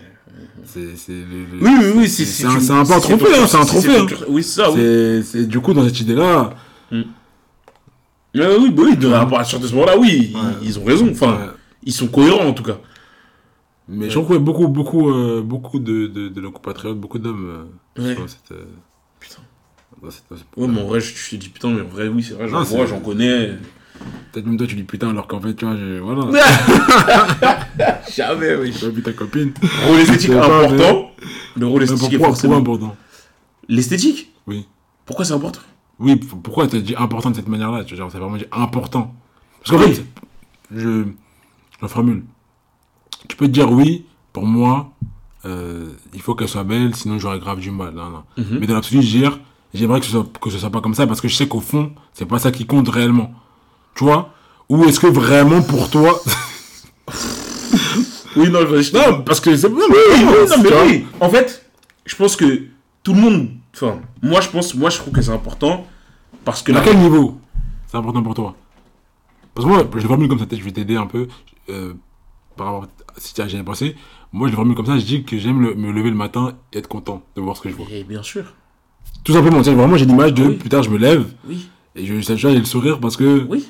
Oui, c'est un peu un trophée, hein, c'est un trophée. Oui, c'est ça, oui. C'est du coup, dans cette idée-là... Oui, à partir de ce moment-là, oui, ils ont raison. Enfin, ils sont cohérents, en tout cas. Mais je trouve qu'il y a beaucoup de nos compatriotes, beaucoup d'hommes dans cette... Putain. Dans cette Ouais, mais en vrai, je te dis putain, mais en vrai, oui, c'est vrai, Non, j'en connais. Peut-être même toi, tu dis putain, alors qu'en fait, tu vois, voilà. Jamais, oui. Tu as vu ta copine. Rôle esthétique important. Le rôle esthétique est forcément important. L'esthétique? Oui. Pourquoi c'est important? Oui, pourquoi tu as dit important de cette manière-là? Tu vois, genre, c'est vraiment dit important. Parce qu'en fait, je formule. Tu peux te dire oui, pour moi, il faut qu'elle soit belle, sinon j'aurais grave du mal. Non. Mais dans l'absolu, j'aimerais que ce soit pas comme ça, parce que je sais qu'au fond, c'est pas ça qui compte réellement. Tu vois? Ou est-ce que vraiment pour toi... Oui, non, non, parce que c'est... Oui. En fait, je pense que tout le monde... Enfin, moi, je trouve que c'est important, parce que... À quel niveau c'est important pour toi? Parce que moi, je le formule comme ça, je vais t'aider un peu, par rapport à si tu as jamais pensé. Moi, je le formule comme ça, je dis que j'aime me lever le matin et être content de voir ce que je vois. Et bien sûr. Tout simplement, vraiment, j'ai l'image de, plus tard, je me lève, oui. Et cette chose, j'ai le sourire parce que... Oui.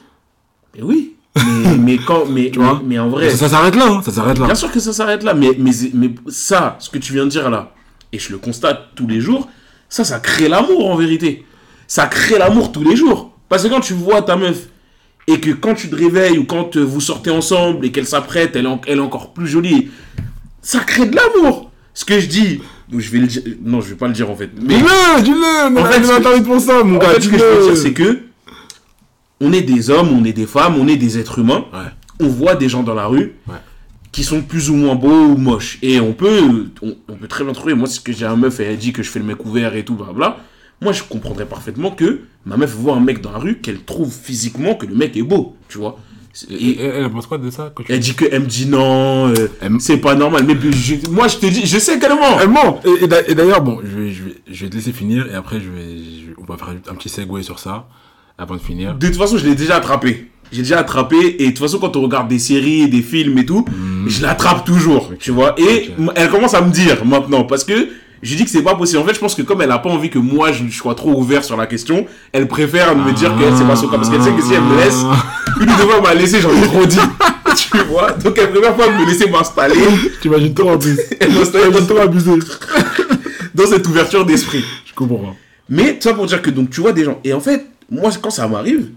Mais en vrai... Ça s'arrête là, hein, ça s'arrête là. Bien sûr que ça s'arrête là, mais ça, ce que tu viens de dire là, et je le constate tous les jours, ça crée l'amour en vérité. Ça crée l'amour tous les jours. Parce que quand tu vois ta meuf, et que quand tu te réveilles, ou quand vous sortez ensemble, et qu'elle s'apprête, elle est encore plus jolie, ça crée de l'amour. Ce que je dis... Je vais le dire... Non, je vais pas le dire en fait. Mais... Dis-le. En fait, ce que je veux dire, c'est que on est des hommes, on est des femmes, on est des êtres humains. Ouais. On voit des gens dans la rue qui sont plus ou moins beaux ou moches. Et on peut très bien trouver. Moi, c'est ce que j'ai un meuf et elle dit que je fais le mec ouvert et tout, blablabla. Moi, je comprendrais parfaitement que ma meuf voit un mec dans la rue, qu'elle trouve physiquement que le mec est beau, tu vois. Et elle pense quoi de ça elle me dit non, c'est pas normal. Mais moi, je te dis, je sais qu'elle ment. Elle ment. Et d'ailleurs, bon, je vais te laisser finir et après, on va faire un petit segue sur ça avant de finir. De toute façon, je l'ai déjà attrapé. Et de toute façon, quand on regarde des séries, des films et tout, je l'attrape toujours, tu vois. Et elle commence à me dire maintenant, parce que je dis que c'est pas possible. En fait, je pense que comme elle a pas envie que moi je sois trop ouvert sur la question, elle préfère me dire qu'elle c'est pas son cas. Parce qu'elle sait que si elle me laisse, une de fois elle m'a laissé, j'en ai trop dit. Tu vois. Donc elle préfère pas me laisser m'installer. T'imagines trop en plus. Elle m'installe trop abusé. Dans cette ouverture d'esprit. Je comprends. Mais ça pour dire que donc tu vois des gens. Et en fait, moi quand ça m'arrive,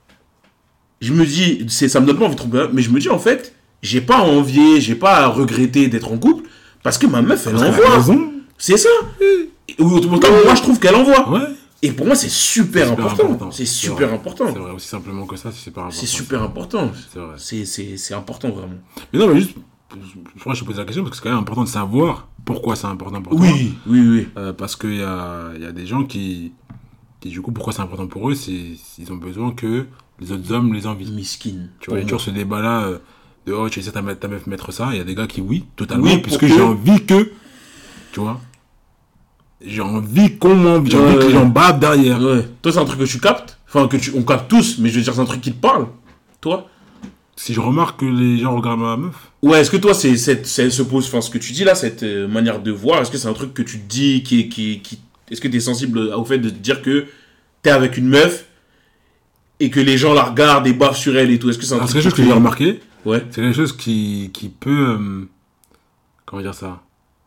je me dis, ça me donne pas envie de tromper, mais je me dis en fait, j'ai pas à envier, j'ai pas à regretter d'être en couple, parce que ma meuf elle envoie. C'est ça. Ou en tout cas, moi je trouve qu'elle envoie. Ouais. Et pour moi c'est super important. C'est super important. C'est vrai, aussi simplement que ça, c'est super important. C'est super important. C'est vrai. C'est important vraiment. Mais non, mais juste, je pose la question parce que c'est quand même important de savoir pourquoi c'est important pour toi. Oui. Parce qu'il y a des gens qui du coup, pourquoi c'est important pour eux, ils ont besoin que les autres hommes les envient. Miskin. Tu vois, il y a toujours ce débat-là de oh, tu essaies ta meuf mettre ça. Il y a des gars qui, oui, totalement, oui, puisque j'ai envie que, tu vois, j'ai envie que les gens bavent derrière. Ouais. Toi, c'est un truc que tu captes. Enfin, on capte tous, mais je veux dire, c'est un truc qui te parle. Toi si je remarque que les gens regardent ma meuf. Ouais, est-ce que toi, elle se pose, enfin, ce que tu dis là, cette manière de voir, est-ce que c'est un truc que tu te dis est-ce que t'es sensible au fait de te dire que t'es avec une meuf et que les gens la regardent et bavent sur elle et tout? Est-ce que c'est un truc quelque chose que j'ai remarqué? Ouais. C'est quelque chose qui peut... comment dire ça?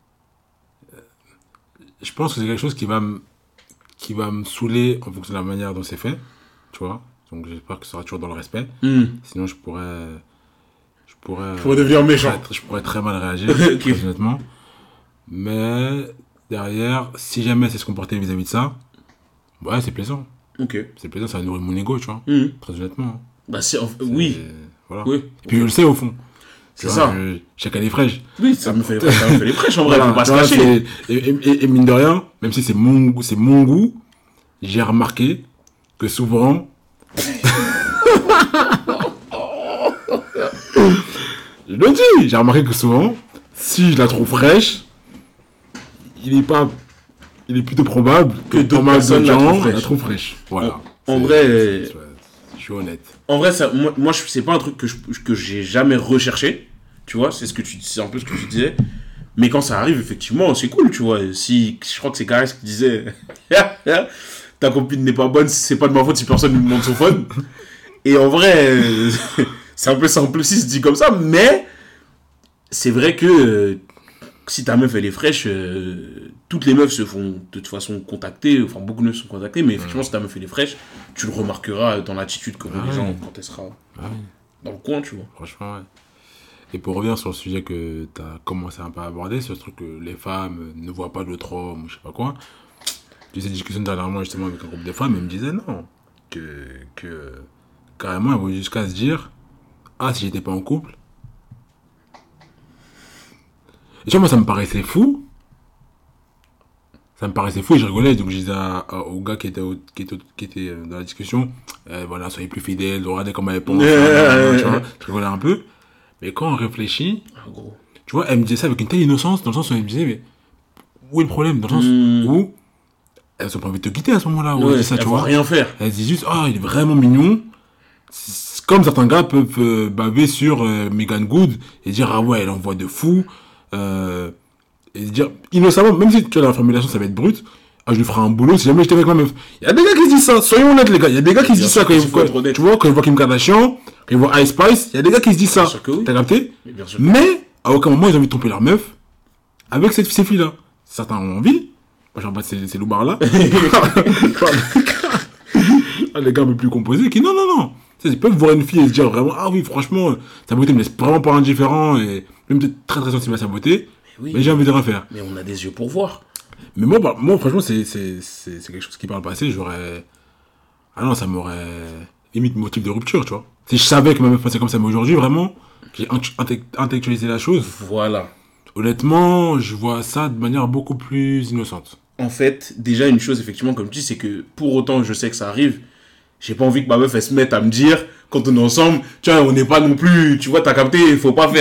Je pense que c'est quelque chose qui va me saouler en fonction de la manière dont c'est fait. Tu vois? Donc j'espère que ce sera toujours dans le respect. Sinon je pourrais devenir méchant. Je pourrais très mal réagir, très honnêtement. Mais derrière, si jamais c'est se comporter vis-à-vis de ça, ouais, c'est plaisant. Ok. C'est plaisant, ça nourrit mon ego, tu vois. Très honnêtement. Bah oui. Voilà. Oui. Et puis je le sais au fond. C'est ça. Chacun les fraîches. Oui, ça me fait les fraîches en vrai, faut pas se cacher. Et mine de rien, même si c'est mon goût, j'ai remarqué que souvent... Je le dis, j'ai remarqué que souvent, si je la trouve fraîche, il est plutôt probable que d'autres personnes la trouvent fraîche. Voilà. En vrai, je suis honnête. En vrai, ça, moi c'est pas un truc que j'ai jamais recherché. Tu vois, c'est un peu ce que tu disais. Mais quand ça arrive, effectivement, c'est cool, tu vois. Je crois que c'est Caresse qui disait ta copine n'est pas bonne, c'est pas de ma faute si personne ne me montre son phone. Et en vrai, c'est un peu simpliste dit comme ça, mais c'est vrai que si ta meuf elle est fraîche, toutes les meufs se font de toute façon contacter, enfin beaucoup de meufs sont contactées, mais effectivement si ta meuf elle est fraîche, tu le remarqueras dans l'attitude qu'auront les gens quand elle sera dans le coin, tu vois. Franchement, ouais. Et pour revenir sur le sujet que tu as commencé un peu à aborder, sur ce truc que les femmes ne voient pas d'autres hommes ou je sais pas quoi, j'ai eu cette discussion dernièrement justement avec un groupe de femmes et elles me disaient non, que carrément elles vont jusqu'à se dire ah si j'étais pas en couple. Et tu vois, moi ça me paraissait fou. Ça me paraissait fou et je rigolais, donc je disais au gars qui était dans la discussion, voilà, soyez plus fidèles, regardez comment elle pense, tu vois, je rigolais un peu. Mais quand on réfléchit, tu vois, elle me disait ça avec une telle innocence, dans le sens où elle me disait, mais où est le problème? Dans le sens où elles ont pas envie de te quitter à ce moment-là, où elle dit ça, tu vois. Rien faire. Elle dit juste, il est vraiment mignon. C'est comme certains gars peuvent baver sur Megan Good et dire, ah ouais, elle envoie de fou. Et dire, innocemment, même si tu vois, la formulation, ça va être brute, je lui ferai un boulot si jamais j'étais avec ma meuf. Il y a des gars qui se disent ça, soyons honnêtes, les gars. Il y a des gars qui se disent ça quand tu vois, quand ils voient Kim Kardashian, quand ils voient Ice Spice, il y a des gars qui se disent ça. Oui. T'as capté? Mais, à aucun moment, ils ont envie de tromper leur meuf avec ces filles-là. Certains ont envie. Moi, j'en bats ces loupards-là. Les gars un peu plus composés qui, non. Ils peuvent voir une fille et se dire vraiment, ah oui, franchement, sa beauté me laisse vraiment pas indifférent et même peut-être très très sensible à sa beauté. Mais j'ai envie de rien faire. Mais on a des yeux pour voir. Mais moi franchement, c'est quelque chose qui par le passé, j'aurais... Ah non, ça m'aurait limite motif de rupture, tu vois. Si je savais que ma meuf passait comme ça, mais aujourd'hui, vraiment, j'ai intellectualisé la chose. Voilà. Honnêtement, je vois ça de manière beaucoup plus innocente. En fait, déjà, une chose, effectivement, comme tu dis, c'est que pour autant, je sais que ça arrive, j'ai pas envie que ma meuf, elle se mette à me dire, quand on est ensemble, tu vois, on n'est pas non plus, tu vois, t'as capté, faut pas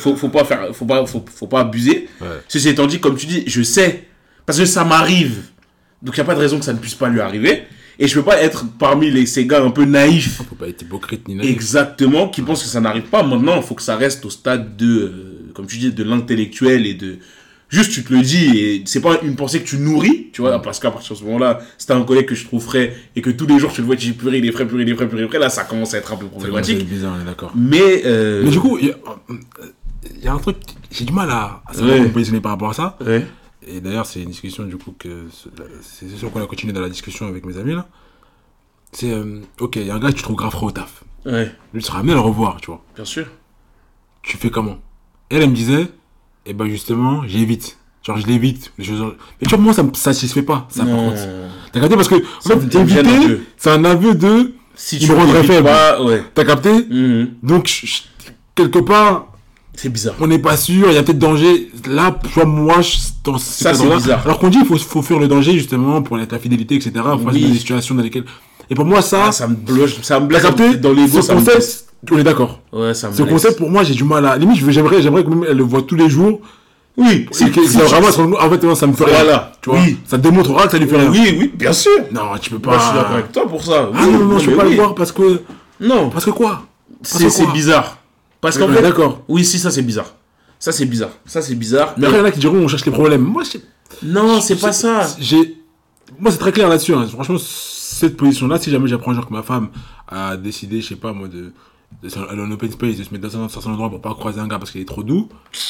abuser. Ouais. Ceci étant dit, comme tu dis, je sais, parce que ça m'arrive. Donc, il n'y a pas de raison que ça ne puisse pas lui arriver. Et je peux pas être parmi ces gars un peu naïfs. Faut pas être hypocrite ni naïf. Exactement, qui pensent que ça n'arrive pas. Maintenant, il faut que ça reste au stade de, comme tu dis, de l'intellectuel et de, juste tu te le dis et c'est pas une pensée que tu nourris, tu vois, parce qu'à partir de ce moment-là, si t'as un collègue que je trouve frais et que tous les jours tu le vois, tu dis purée, il est frais, là ça commence à être un peu problématique. C'est bizarre, on est d'accord. Mais du coup, il y a un truc, j'ai du mal à savoir me positionner par rapport à ça. Ouais. Et d'ailleurs, c'est une discussion du coup c'est sûr qu'on a continué dans la discussion avec mes amis là. C'est, ok, il y a un gars que tu trouves grave frais au taf. Ouais. Lui, tu seras amené à le revoir, tu vois. Bien sûr. Tu fais comment? Elle me disait, justement, j'évite. Genre, je l'évite. Les choses... Mais tu vois, moi, ça me satisfait pas, ça, par contre. T'as capté? Parce que, en fait, éviter, c'est un aveu de, si tu me rendrais faible. Ouais. T'as capté? Donc, quelque part, c'est bizarre. On n'est pas sûr, il y a peut-être danger. Là, tu vois, moi, dans ça, c'est bizarre. Alors qu'on dit, il faut fuir le danger, justement, pour la fidélité, etc. Faut des situations dans lesquelles. Et pour moi, ça me bloque dans l'ego. Ce concept, on est d'accord. Ouais, ça me Ce concept, pour moi, j'ai du mal à. Limite, j'aimerais que même elle le voit tous les jours. Oui. C'est vraiment, en fait, ça me fait rien. Tu vois. Ça démontrera que ça lui fait rien. Oui, bien sûr. Non, tu peux pas. Moi, je suis d'accord avec toi pour ça. Ah non, je peux pas le voir parce que. Non. Parce que quoi? C'est bizarre. Parce qu'en fait. D'accord. Oui, si, ça, c'est bizarre. Ça, c'est bizarre. Mais après, il y en a qui diront, on cherche les problèmes. Moi, non, c'est pas ça. Moi, c'est très clair là-dessus. Hein. Franchement, cette position-là, si jamais j'apprends genre que ma femme a décidé, je sais pas moi, elle est en open space, de se mettre dans un endroit pour pas croiser un gars parce qu'il est trop doux.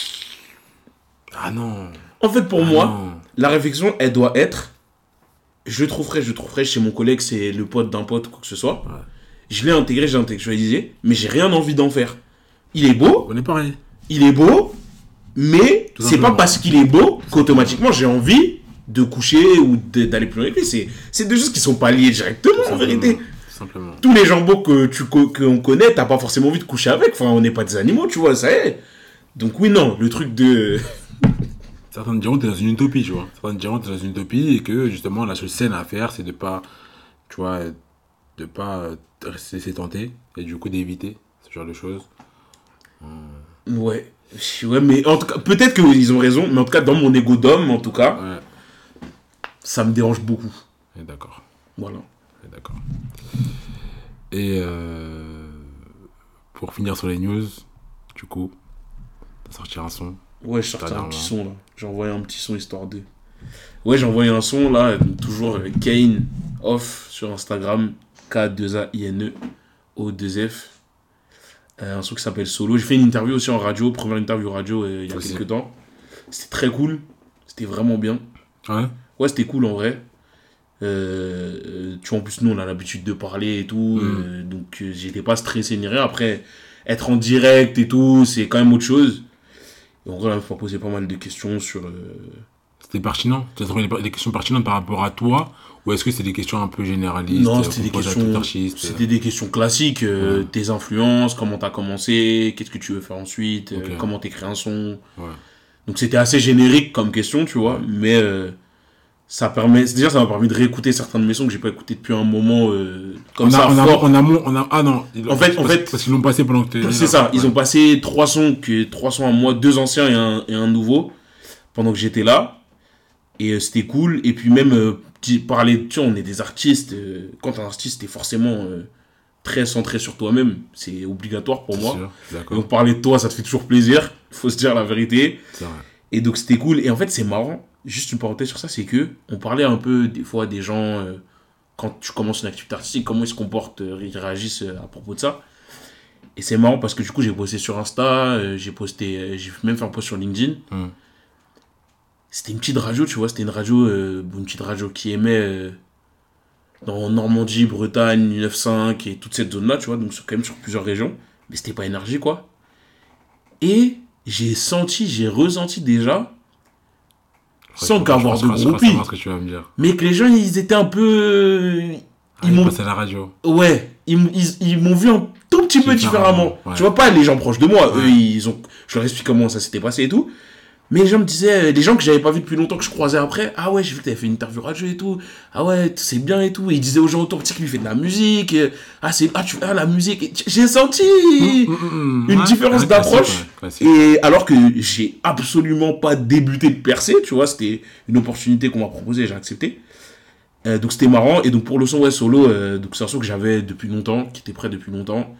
Ah non. En fait, pour moi, la réflexion, elle doit être, je trouverai chez mon collègue, c'est le pote d'un pote, quoi que ce soit. Ouais. Je l'ai intégré, j'ai intellectualisé, mais j'ai rien envie d'en faire. Il est beau. On est pareil. Il est beau, mais c'est pas parce qu'il est beau qu'automatiquement j'ai envie de coucher ou d'aller plus loin avec lui. C'est deux choses qui sont pas liées directement, en vérité. Simplement. Tous les gens beaux qu'on connaît, t'as pas forcément envie de coucher avec. Enfin, on n'est pas des animaux, tu vois, ça y est. Donc oui, non, le truc de... Certains diront que t'es dans une utopie, tu vois. Certains diront que t'es dans une utopie et que, justement, la seule scène à faire, c'est de pas, tu vois, de pas se laisser tenter et du coup d'éviter ce genre de choses. Ouais, mais en tout cas, peut-être qu'ils ont raison, mais en tout cas, dans mon ego d'homme, en tout cas, ça me dérange beaucoup. D'accord. Voilà. D'accord. Et pour finir sur les news, du coup, t'as sorti un son. Ouais, je sortais un petit son là. J'ai envoyé un petit son histoire de. Ouais, j'ai envoyé un son là, toujours Kane Off sur Instagram, K2AINE O2F. Un son qui s'appelle Solo. J'ai fait une interview aussi en radio, première interview radio il y a quelques temps. C'était très cool. C'était vraiment bien. Ouais. Ouais, c'était cool en vrai. Tu vois, en plus, nous, on a l'habitude de parler et tout. Donc, j'étais pas stressé ni rien. Après, être en direct et tout, c'est quand même autre chose. Et en vrai, là, il faut poser pas mal de questions sur... C'était pertinent? Tu as trouvé des questions pertinentes par rapport à toi? Ou est-ce que c'est des questions un peu généralistes? Non, c'était des questions classiques. Tes influences, comment t'as commencé, qu'est-ce que tu veux faire ensuite, comment t'écris un son. Ouais. Donc, c'était assez générique comme question, tu vois. Mais ça m'a permis de réécouter certains de mes sons que j'ai pas écouté depuis un moment Ah non. En fait, parce qu'ils l'ont passé pendant que c'est ça. Ils ont passé 3 sons à moi, 2 anciens et un nouveau pendant que j'étais là. Et c'était cool. Et puis même, parler, tu vois, on est des artistes. Quand t'es un artiste, t'es forcément très centré sur toi-même. C'est obligatoire pour moi. Sûr, donc parler de toi, ça te fait toujours plaisir. Faut se dire la vérité. C'est vrai. Et donc c'était cool. Et en fait, c'est marrant. Juste une parenthèse sur ça, c'est que on parlait un peu des fois des gens, quand tu commences une activité artistique, comment ils se comportent, ils réagissent à propos de ça. Et c'est marrant parce que du coup, j'ai posté sur Insta, j'ai même fait un post sur LinkedIn. C'était une petite radio, tu vois, c'était une petite radio qui émet dans Normandie, Bretagne, 9.5 et toute cette zone-là, tu vois, donc quand même sur plusieurs régions. Mais c'était pas énergie, quoi. Et j'ai ressenti déjà, sans qu'avoir de groupie, mais que les gens, ils étaient un peu... Ils m'ont passé à la radio. Ouais, ils m'ont vu un tout petit peu différemment. Ouais. Tu vois, pas les gens proches de moi, eux, je leur explique comment ça s'était passé et tout. Mais les gens me disaient, les gens que j'avais pas vu depuis longtemps, que je croisais après, ah ouais, j'ai vu que t'avais fait une interview radio et tout, ah ouais, c'est bien et tout. Et ils disaient aux gens autour, tu sais qu'il fait de la musique, la musique. J'ai senti une différence d'approche. Et alors que j'ai absolument pas débuté de percer, tu vois, c'était une opportunité qu'on m'a proposée, j'ai accepté. Donc c'était marrant. Et donc pour le son solo, donc c'est un son que j'avais depuis longtemps, qui était prêt depuis longtemps,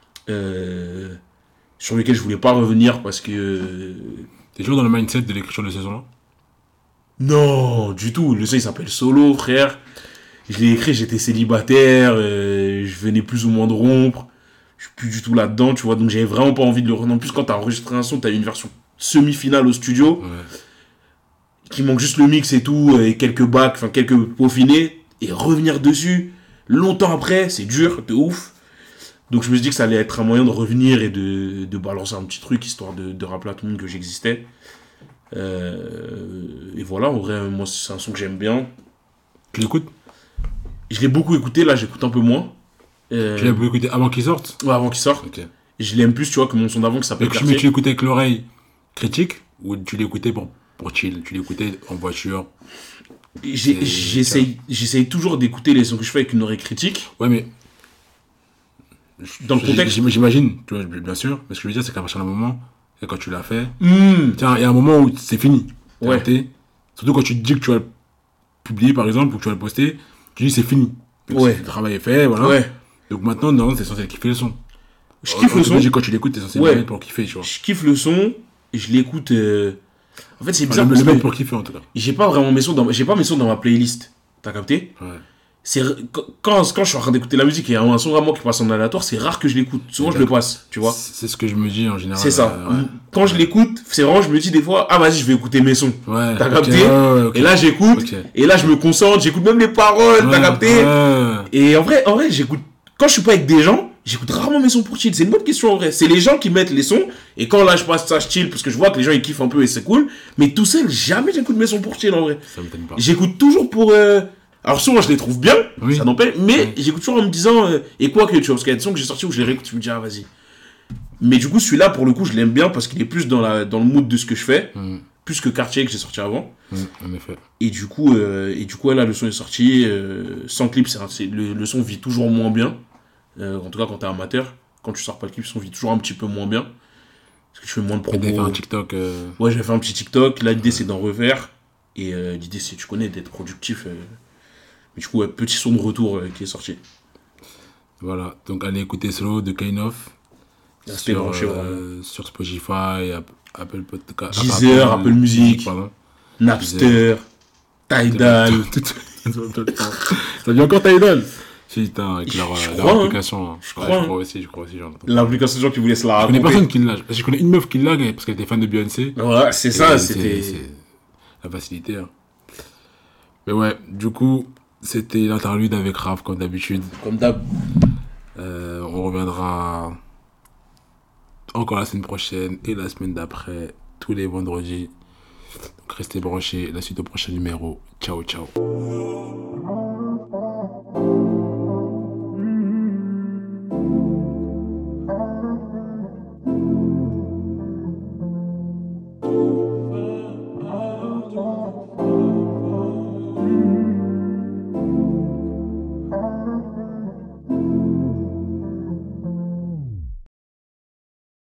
sur lequel je voulais pas revenir parce que... T'es toujours dans le mindset de l'écriture de saison là? Non, du tout. Le son il s'appelle Solo, frère. Je l'ai écrit, j'étais célibataire, je venais plus ou moins de rompre. Je suis plus du tout là-dedans, tu vois. Donc j'avais vraiment pas envie de le reprendre. En plus, quand t'as enregistré un son, t'as une version semi-finale au studio. Qui manque juste le mix et tout, et quelques bacs, enfin quelques peaufinés. Et revenir dessus, longtemps après, c'est dur, de ouf. Donc je me suis dit que ça allait être un moyen de revenir et de balancer un petit truc, histoire de rappeler à tout le monde que j'existais. Et voilà, en vrai, moi c'est un son que j'aime bien. Tu l'écoutes? Je l'ai beaucoup écouté, là j'écoute un peu moins. Tu l'as beaucoup écouté avant qu'il sorte? Ouais, avant qu'il sorte. Okay. Je l'aime plus, tu vois, que mon son d'avant qui s'appelle Quartier. Mais tu l'écoutais avec l'oreille critique ou tu l'écoutais pour chill? Tu l'écoutais en voiture? J'essaye toujours d'écouter les sons que je fais avec une oreille critique. Ouais, mais... Dans le contexte, j'imagine, tu vois, bien sûr, mais ce que je veux dire, c'est qu'à partir d'un moment, et quand tu l'as fait, tiens, il y a un moment où c'est fini. Ouais. Surtout quand tu te dis que tu vas le publier, par exemple, ou que tu vas le poster, tu dis c'est fini. Donc, ouais. Le travail est fait, voilà. Ouais. Donc maintenant, non, t'es censé kiffer le son. Je kiffe le son. Quand tu l'écoutes, t'es censé le mettre pour kiffer, tu vois. Je kiffe le son, et je l'écoute. En fait, c'est bizarre. Le mettre pour kiffer, en tout cas. J'ai pas vraiment mes sons dans ma playlist. T'as capté? Ouais. C'est quand je suis en train d'écouter la musique et il y a un son vraiment qui passe en aléatoire, c'est rare que je l'écoute. Souvent je le passe, tu vois. C'est ce que je me dis en général. C'est ça. Quand je l'écoute, c'est vraiment, je me dis des fois, ah vas-y, je vais écouter mes sons. Ouais. T'as capté? Et là j'écoute, et là je me concentre, j'écoute même les paroles, t'as capté? Et en vrai, j'écoute. Quand je suis pas avec des gens, j'écoute rarement mes sons pour chill. C'est une bonne question en vrai. C'est les gens qui mettent les sons, et quand là je passe ça, je chill parce que je vois que les gens ils kiffent un peu et c'est cool. Mais tout seul, jamais j'écoute mes sons pour chill en vrai. Ça m'étonne pas. J'écoute toujours pour. Alors souvent je les trouve bien, ça n'empêche, mais j'écoute toujours en me disant, et quoi que tu vois, parce qu'il y a des sons que j'ai sortis où je les réécoute, je me dis, ah vas-y. Mais du coup celui-là pour le coup je l'aime bien parce qu'il est plus dans le mood de ce que je fais, plus que Quartier que j'ai sorti avant. En effet. Et du coup là le son est sorti, sans clip, le son vit toujours moins bien, en tout cas quand t'es amateur, quand tu sors pas le clip, le son vit toujours un petit peu moins bien, parce que je fais moins de promos. T'avais fait un TikTok Ouais, j'avais fait un petit TikTok, là l'idée c'est d'en refaire, et l'idée c'est, tu connais, d'être productif. Mais du coup, petit son de retour qui est sorti. Voilà, donc allez écouter Solo de Kainoff sur Spotify, Apple Podcast, Deezer, Apple Music, Napster, Tidal. Ça vient encore Tidal. Si, avec leur crois, hein. application. Je Je crois, crois aussi, j'en entends. L'implication de gens qui voulaient se la Je connais raconter. personne qui l'a. Je connais une meuf qui l'a parce qu'elle était fan de Beyoncé. Ouais, c'est ça, Et c'était... c'est la facilité. Hein. Mais ouais, du coup, c'était l'interlude avec Raph, comme d'habitude. Comme d'hab. On reviendra encore la semaine prochaine et la semaine d'après, tous les vendredis. Donc restez branchés. La suite au prochain numéro. Ciao, ciao.